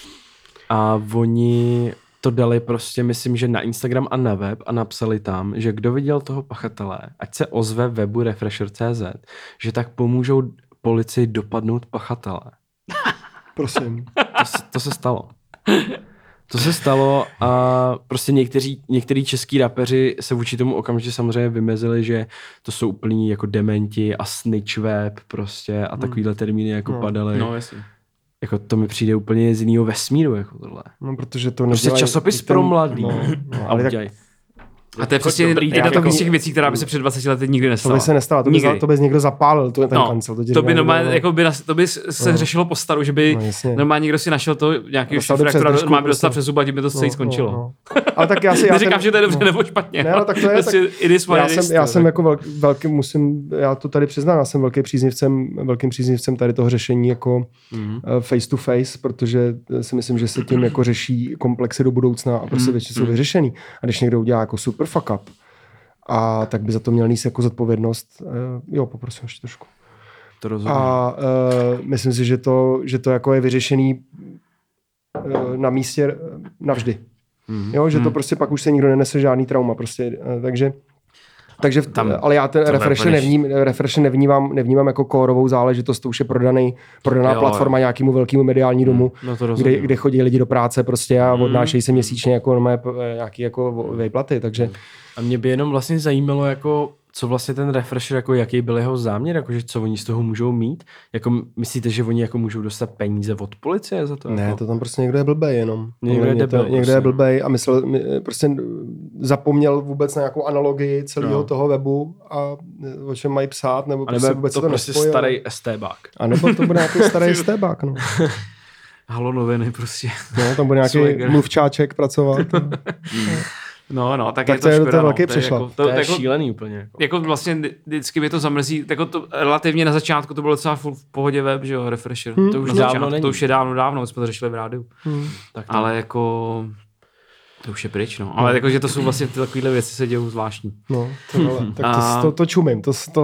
A oni to dali prostě, myslím, že na Instagram a na web a napsali tam, že kdo viděl toho pachatele, ať se ozve webu Refresher.cz, že tak pomůžou policii dopadnout pachatele. Prosím. To se stalo. To se stalo a prostě některý český rapeři se vůči tomu okamžitě samozřejmě vymezili, že to jsou úplný jako dementi a snitch web prostě a takovýhle termíny jako padaly. No, jasně. Jako to mi přijde úplně z jiného vesmíru, jako tohle. No, protože to prostě časopis pro mladý. No, ale tak... A to je přesně jedna z těch věcí, která by se před 20 lety nikdy nestala. To by se nestala, to by někdo zapálil ten kancel. To by normálně, jako to by se řešilo po staru, že by normálně někdo si našel to nějaký šifra, která normálně dostala přes zuba, tím by to celý skončilo. Ale tak neříkám, že to je dobře nebo špatně. Ne, ale tak to je, já jsem jako velký, já to tady přiznám, já jsem velkým příznivcem tady toho řešení jako face to face, protože si myslím, že se tím jako řeší komplexy do budoucna a prostě věci jsou vyřešený. A když někdo udělá jako super fuck up, a tak by za to měl nést jako zodpovědnost. Jo, poprosím ještě trošku. To rozumím. A myslím si, že to jako je vyřešený na místě navždy. Jo, že to prostě pak už se nikdo nenese žádný trauma. Prostě, takže tam, ale já ten Refresher nevnímám jako kórovou záležitost, to už je prodaná platforma nějakému velkému mediální domu, kde chodí lidi do práce prostě a odnášejí se měsíčně jako nějaký jako výplaty, takže... A mě by jenom vlastně zajímalo, jako, co vlastně ten Refresher, jako, jaký byl jeho záměr, jako, že co oni z toho můžou mít? Jako, myslíte, že oni jako můžou dostat peníze od policie za to? Ne, jako? to tam prostě někdo je blbej jenom. Někdo je blbej a prostě zapomněl vůbec na nějakou analogii celého toho webu a o čem mají psát, nebo prostě vůbec to prostě nespojil. Starý STBák. A nebo to bude nějaký starý STBák, no. Halo noviny prostě. No, tam bude nějaký mluvčáček pracovat. No, tak je to škoda. To je velký přešlap. To je šílený úplně. Jako vlastně vždycky mi to zamrzí, jako to relativně na začátku to bylo docela v pohodě web, že jo, Refresher. To už to už je dávno, jsme to řešili v rádiu. Ale jako to už je pryč, no. Ale jako, že to jsou vlastně takovéhle věci se dějou zvláštní. No, tak to čumím.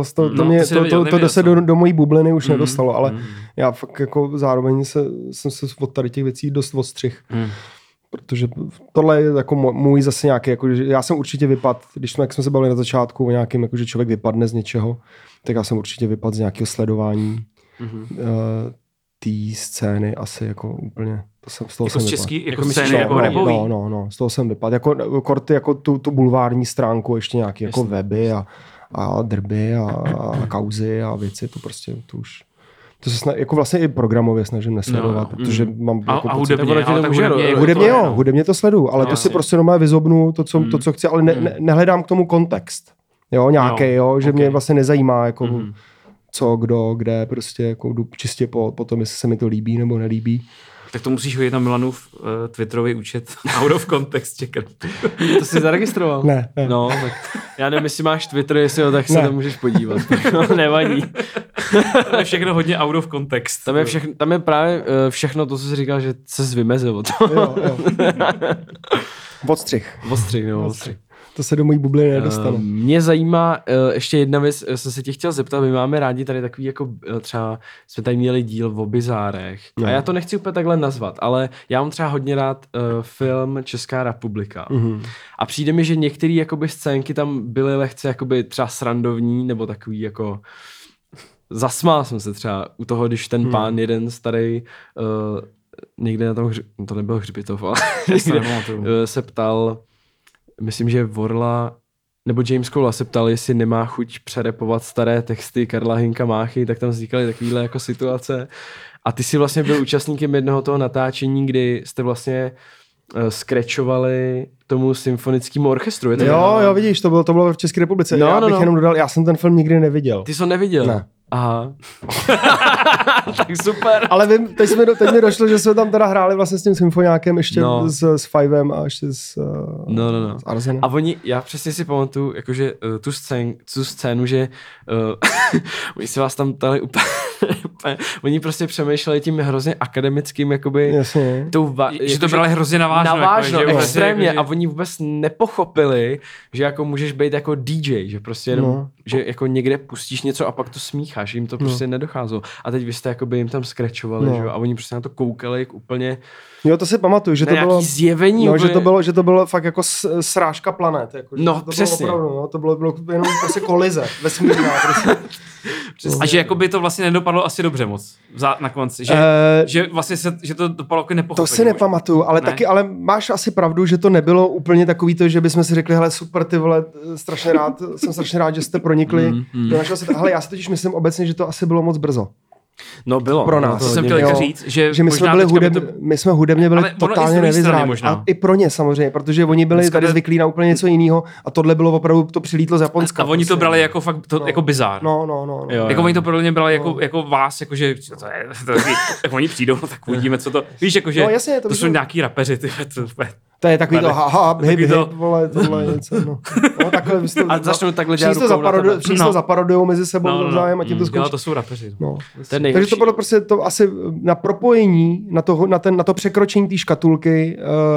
To se do mojí bubliny už nedostalo, ale já fakt jako zároveň jsem se od tady těch věcí dost odstřih. Protože tohle je jako můj zase nějaký, jako, já jsem určitě vypadl, jak jsme se bavili na začátku o nějakém, jako, že člověk vypadne z něčeho, tak já jsem určitě vypadl z nějakého sledování. té scény asi jako úplně, z toho jako jsem z český, vypadl. jako scény jako rabový. No, z toho jsem vypadl. Jako korty, jako tu bulvární stránku, ještě nějaký jako weby a drby a kauzy a věci, to prostě, to už... To se jako vlastně i programově snažím nesledovat, protože mám jako a hudebně to sleduju, ale to si prostě normálně vyzobnu to, co chci, ale nehledám k tomu kontext. Jo, nějaký, že mě vlastně nezajímá, jako co, kdo, kde, prostě jako jdu čistě po tom, jestli se mi to líbí nebo nelíbí. Tak to musíš hodit na Milanův Twitterový účet out of context checker. To jsi zaregistroval? Ne. No, tak já nevím, jestli máš Twitter, jestli ho, tak se tam můžeš podívat. No, nevadí. Tam je všechno hodně out of context. Tam je právě všechno to, co jsi říkal, že se vymezil od toho. Jo. Odstřih. To se do mojí bubliny nedostane. Mě zajímá ještě jedna věc, jsem se tě chtěl zeptat, my máme rádi tady takový, jako třeba jsme tady měli díl o bizárech. A já to nechci úplně takhle nazvat, ale já mám třeba hodně rád film Česká republika. A přijde mi, že některé jakoby scénky tam byly lehce jakoby třeba srandovní, nebo takový jako... Zasmál jsem se třeba u toho, když ten pán jeden starý někde na tom, to nebyl Hřbitov, ale se ptal, myslím, že Vorla nebo James Cole se ptal, jestli nemá chuť přerepovat staré texty Karla Hynka Máchy, tak tam vznikaly takovýhle jako situace. A ty jsi vlastně byl účastníkem jednoho toho natáčení, kdy jste vlastně skrečovali tomu symfonickému orchestru. Je to jo, vidíš, to bylo v České republice. Já bych jenom dodal, já jsem ten film nikdy neviděl. Ty jsi ho neviděl? Ne. Aha. Tak super. Ale vím, teď mi došlo, že jsme tam teda hráli vlastně s tím symfoniákem ještě s Fivem a ještě s Arzenem. A já přesně si pamatuju, jakože tu scénu, že oni si vás tam ptali úplně oni prostě přemýšleli tím hrozně akademickým, jakoby... Jasně. Že to brali hrozně navážno. Extrémně. Jako, a oni vůbec nepochopili, že jako můžeš být jako DJ, že prostě jenom, že jako někde pustíš něco a pak to smícháš, jim to prostě nedocházelo. A teď vy jste jakoby jim tam skrečovali, že jo? A oni prostě na to koukali jak úplně... Jo, to si pamatuju, že to bylo zjevení. No, že to bylo fakt jako srážka planet. Jako, že to přesně. Bylo opravdu, to bylo jenom prostě kolize vesmírná. Prostě. A že jako by to vlastně nedopadlo asi dobře moc na konci. Že vlastně že to dopadlo jako nepochopení. To si nepamatuju, ale taky, ale máš asi pravdu, že to nebylo úplně takový to, že bychom si řekli, hele super, ty vole, jsem strašně rád, že jste pronikli do našeho světa. Hele, já si totiž myslím obecně, že to asi bylo moc brzo. No bylo. Pro nás. To jsem chtěl říct, že my jsme hudebně byli totálně nevyzrálí. A i pro ně samozřejmě, protože oni byli tady zvyklí na úplně něco jiného a tohle bylo opravdu, to přilítlo z Japonska. A oni to brali jako fakt jako bizár. No. Jako oni to pro ně brali jako vás, jakože tak oni přijdou, tak uvidíme, co to. Víš, jakože to jsou nějaký rapeři, to je takový to hip, vole, tohle něco, no. Takhle a začnou takhle dělat všichni to zaparodujou mezi sebou navzájem a tím to skončí. To jsou rapeři. Takže to bylo prostě to asi na propojení, na to překročení té škatulky,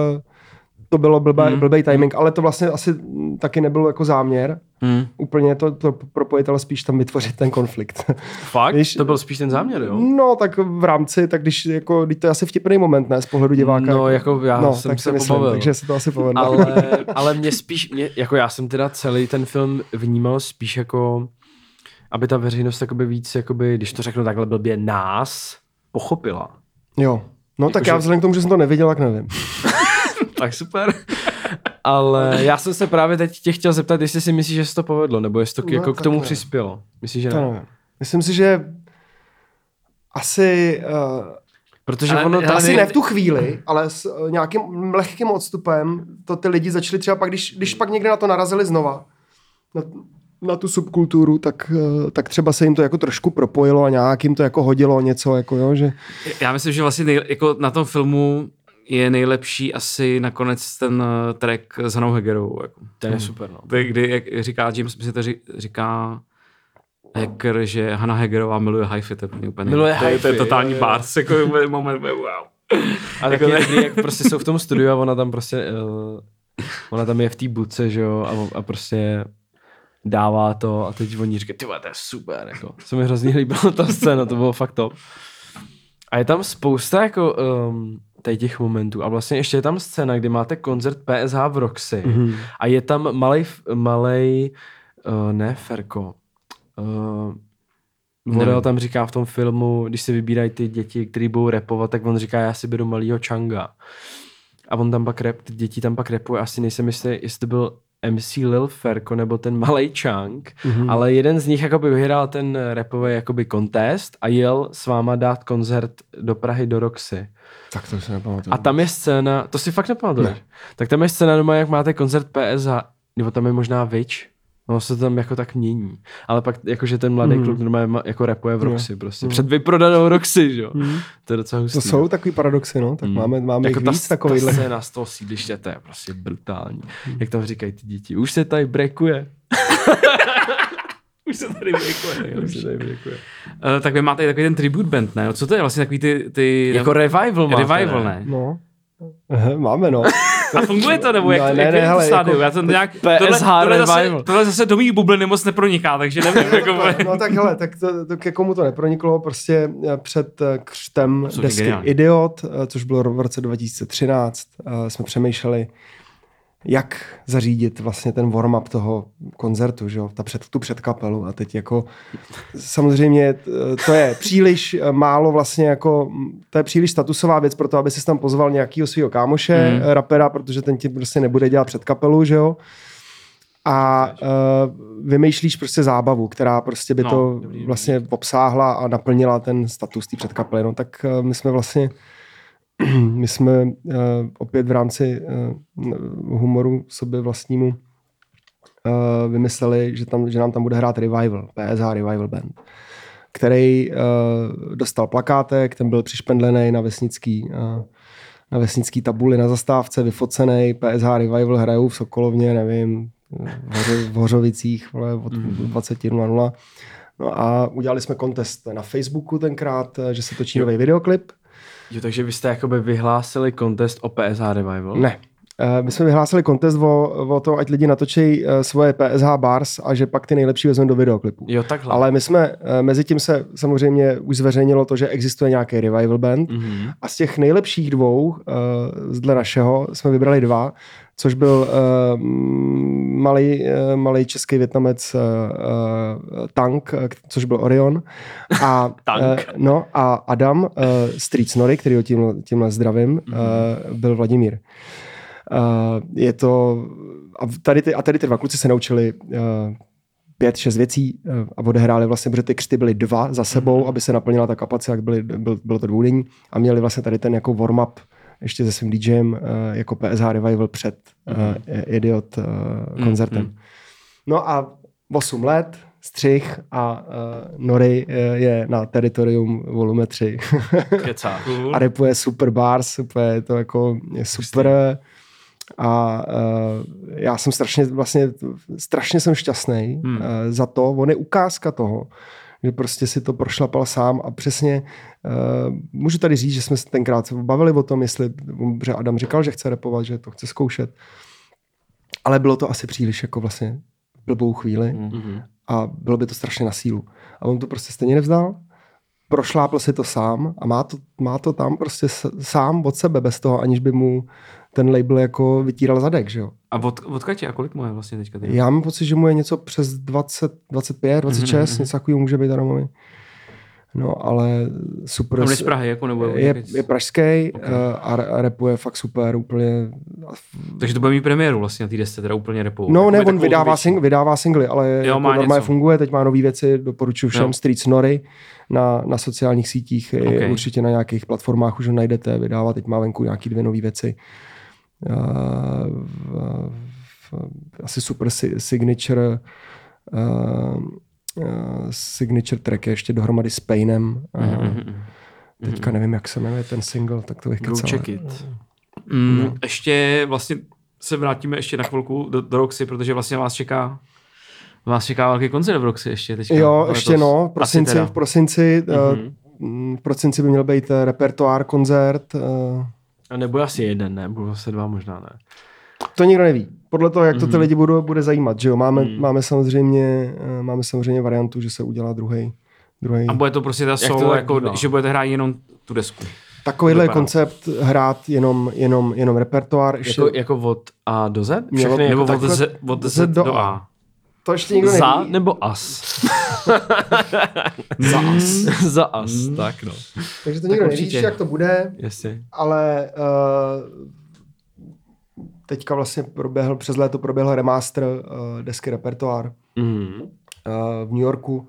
to bylo blbý timing, ale to vlastně asi taky nebylo jako záměr. Úplně to propojit, ale spíš tam vytvořit ten konflikt. Fakt? To byl spíš ten záměr, jo? No, tak v rámci, tak když to je asi vtipný moment, ne, z pohledu diváka. No, jako já jsem se pobavil. Takže se to asi povedlo. Ale mě spíš, jako já jsem teda celý ten film vnímal spíš jako, aby ta veřejnost jakoby víc, jakoby, když to řeknu takhle blbě, nás pochopila. Jo. No tak já vzhledem k tomu, že jsem to neviděl, tak nevím. Tak super. Ale já jsem se právě teď tě chtěl zeptat, jestli si myslíš, že se to povedlo, nebo jestli to jako k tomu přispělo. Myslíš, že ne? Myslím si, že asi... Protože ono to asi ne v tu chvíli, ale s nějakým lehkým odstupem to ty lidi začali třeba pak, když pak někde na to narazili znova, na tu subkulturu, tak třeba se jim to jako trošku propojilo a nějak jim to jako hodilo něco, jako jo, že... Já myslím, že vlastně jako na tom filmu je nejlepší asi nakonec ten track s Hanou Hegerovou. Jako. Ten je super, no. Kdy, jak říká James, myslím, že to říká Heger, že Hana Hegerová miluje hi-fi, to je úplně to je totální bars, jako moment, wow. A taky někdy, jak prostě jsou v tom studiu a ona tam prostě, ona tam je v té budce, že jo, a prostě dává to a teď oni říkají, ty vole, to je super, jako. Se mi hrozně líbilo ta scéna, to bylo fakt top. A je tam spousta jako těch momentů a vlastně ještě je tam scéna, kdy máte koncert PSH v Roxy a je tam malej ne Ferko, Vodel tam říká v tom filmu, když se vybírají ty děti, který budou rapovat, tak on říká, já si beru malýho Changa. A on tam pak ty děti tam pak rapuje, asi nejsem jistý, jestli to byl MC Lil Ferko nebo ten malej Chang, ale jeden z nich jakoby vyhrál ten rapový jakoby contest a jel s váma dát koncert do Prahy do Roxy. Tak to si nepamatuju. A tam je scéna, to si fakt nepamatuješ? Ne. Tak tam je scéna doma, jak máte koncert PSH, nebo tam je možná Vič. No se tam jako tak mění. Ale pak jakože ten mladý kluk normálně jako rapuje v Roxy prostě. Před vyprodanou Roxy, že jo. To je docela hustý. To jsou takový paradoxy, no. Tak máme jako jich víc takovýhle. Ta scéna z toho sídliště, to je prostě brutální. Jak tam říkají ty děti, už se tady brekuje. Už se tady brekuje. Tak vy máte takový ten tribute band, ne? Co to je vlastně takový ty jako revival máte, revival, ne? No. Máme, no. A funguje to, nebo jak ne, to stádium? jako Já jsem nějak... PSH revival. Tohle zase do mých bubliny moc neproniká, takže nevím. No tak hele, tak to ke komu to neproniklo, prostě před křtem desky Idiot, což bylo v roce 2013, jsme přemýšleli, jak zařídit vlastně ten warm-up toho koncertu, že jo, tu předkapelu a teď jako samozřejmě to je příliš málo vlastně jako, to je příliš statusová věc pro to, aby si tam pozval nějakýho svýho kámoše, rapera, protože ten ti prostě nebude dělat předkapelu, že jo. A vymýšlíš prostě zábavu, která prostě by to vlastně obsáhla a naplnila ten status té předkapely. No tak my jsme opět v rámci humoru sobě vlastnímu vymysleli, že nám tam bude hrát Revival, PSH Revival Band, který dostal plakátek, ten byl přišpendlený na vesnický tabuli na zastávce, vyfocený, PSH Revival hrajou v Sokolovně, nevím, v Hořovicích, od 20:00. No a udělali jsme kontest na Facebooku tenkrát, že se točí nový videoklip. Jo, takže vy jste jakoby vyhlásili kontest o PSH Revival? Ne. My jsme vyhlásili kontest o to, ať lidi natočí svoje PSH bars a že pak ty nejlepší vezmeme do videoklipu. Jo, takhle. Ale my jsme, mezi tím se samozřejmě už zveřejnilo to, že existuje nějaký revival band a z těch nejlepších dvou, dle našeho, jsme vybrali dva, což byl malý český Vietnamec Tank, což byl Orion. A, a Adam Street Snorri, který ho tímhle zdravím, byl Vladimír. Je to... A tady ty dva kluci se naučili 5-6 věcí a odehráli vlastně, protože ty křty byly 2 za sebou, aby se naplnila ta kapacita, jak bylo to dvoudenní a měli vlastně tady ten jako warm-up ještě se svým DJem jako PSH Revival před Idiot koncertem. No a 8 let, střih a Nori je na Teritorium volume 3. A rapuje super bars, úplně to jako je super. A já jsem strašně jsem šťastný za to. On je ukázka toho, že prostě si to prošlapal sám a přesně můžu tady říct, že jsme se tenkrát bavili o tom, jestli Adam říkal, že chce rapovat, že to chce zkoušet. Ale bylo to asi příliš jako vlastně blbou chvíli a bylo by to strašně na sílu. A on to prostě stejně nevzdal, prošlápl si to sám a má to tam prostě sám od sebe, bez toho, aniž by mu ten label jako vytíral zadek, že jo. A od Katě, a kolik mu je vlastně teďka? Já mám pocit, že mu je něco přes 20, 25, 26, něco takového může být Adamovi. No, ale super. On je z Prahy, jako nebo? Je pražský a rapuje fakt super, úplně. Takže to bude mít premiéru vlastně na té desce, teda úplně rapou. No ne, on vydává singly, ale jako normálně funguje, teď má nový věci, doporučuji všem, Street Snorri na sociálních sítích, určitě na nějakých platformách už ho najdete, vydává, teď má venku nějaký 2 nový věci. Asi super signature track je ještě dohromady s Painem. Teďka nevím, jak se jmenuje ten single, tak to bych kecal. Check it. Ještě vlastně se vrátíme ještě na chvilku do Roxy, protože vlastně vás čeká velký koncert v Roxy ještě teďka. Jo, ještě v prosinci by měl být repertoár koncert. A nebude asi jeden, ne? Budou zase 2 možná, ne? To nikdo neví. Podle toho, jak to ty lidi bude zajímat, že jo? Máme samozřejmě variantu, že se udělá druhý. A bude to prostě ta solo, jako, že budete hrát jenom tu desku. Takovýhle koncept hrát jenom repertoár. Ještě... Jako od A do Z? Všechny nebo od Z do A. To ještě nikdo neví. Za nebo as? Za as, tak no. Takže to nikdo neví, jak to bude, ale teďka vlastně přes léto proběhl remaster desky Repertoár v New Yorku.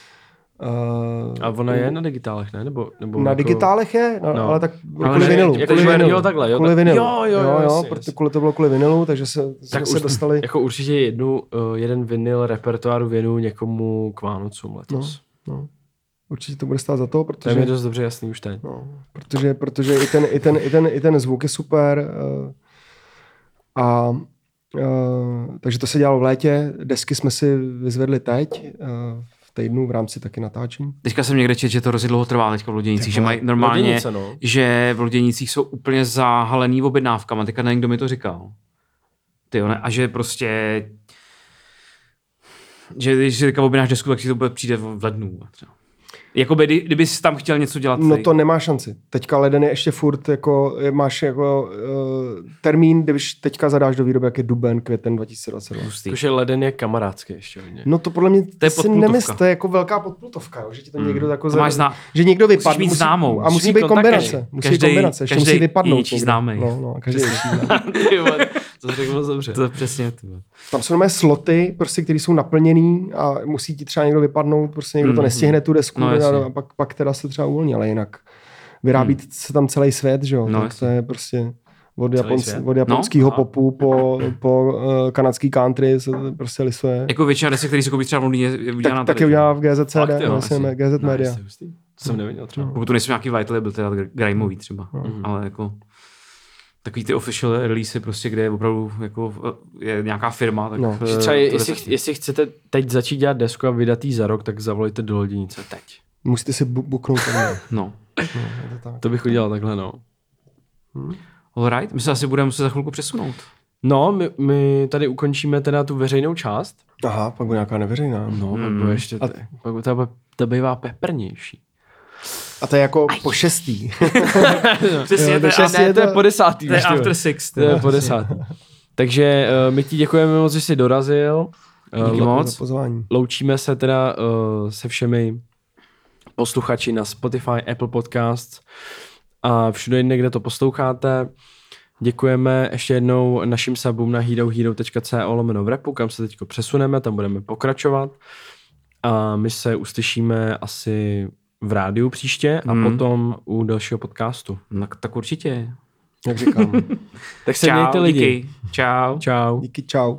A ona je na digitálech, ne? Nebo na jako... digitálech je, ale tak kvůli vinilu. Kvůli vinilu. Jo, protože to bylo kvůli vinilu, takže se dostali... Jako určitě jeden vinyl Repertoáru věnu někomu k Vánocům letos. No. Určitě to bude stát za to, protože... To je mi dost dobře jasný už teď. No, protože i ten zvuk je super takže to se dělalo v létě, desky jsme si vyzvedli teď, v týdnu v rámci taky natáčení. Teďka jsem někde četl, že to hrozně dlouho trvá teďka v Loděnicích, že mají normálně, že v Loděnicích jsou úplně zahalený objednávkama, teďka nevím, kdo mi to říkal. A že prostě, že když si teďka objednáš desku, tak si to přijde v lednu. Jakoby, kdyby jsi tam chtěl něco dělat. No to nemá šanci. Teďka leden je ještě furt, jako máš jako termín, když teďka zadáš do výroby, jak je duben, květen 2022. Protože leden je kamarádský ještě hodně. No to podle mě to si nemysl, to je jako velká podplutovka, jo, že ti to někdo jako že někdo vypadne. Musíš známou. A musí být kombinace. Ještě musí vypadnout. Známý. No, každý to řekl dobře. To je přesně to. Tam jsou normálně sloty, prostě, které jsou naplněný a musí ti třeba někdo vypadnout, prostě někdo to nestihne tu desku a pak teda se třeba uvolní, ale jinak vyrábí se tam celý svět, že jo, tak to je prostě od japonského popu po kanadský country se prostě lisuje. Jako většina desek, který se koupí třeba v Londýně, je udělána tady. Tak je udělána v GZCD, GZ Media. To jsem neviděl třeba. Pokud to nejsou nějaký white label, teda grimeový třeba, ale jako takový ty official release prostě, kde je opravdu jako je nějaká firma. Tak třeba jestli chcete teď začít dělat desku a vydat jí za rok, tak zavolejte do Loděnice teď. Musíte si booknout. No. To bych udělal takhle, no. Alright, my se asi budeme muset za chvilku přesunout. No, my tady ukončíme teda tu veřejnou část. Aha, pak bude nějaká neveřejná. No, pak bude ještě, pak to bývá peprnější. A to je jako po 6. Přesně, to je po 10. To je after 6. To je po 10. Takže my ti děkujeme moc, že jsi dorazil. Díky moc. Za pozvání. Loučíme se teda se všemi posluchači na Spotify, Apple Podcasts a všude jinde, kde to posloucháte. Děkujeme ještě jednou našim subům na herohero.co/vrapu, kam se teď přesuneme, tam budeme pokračovat. A my se uslyšíme asi v rádiu příště a potom u dalšího podcastu. No, tak určitě. Jak říkám. Tak se mějte lidi. Díky. Čau. Čau. Díky, čau.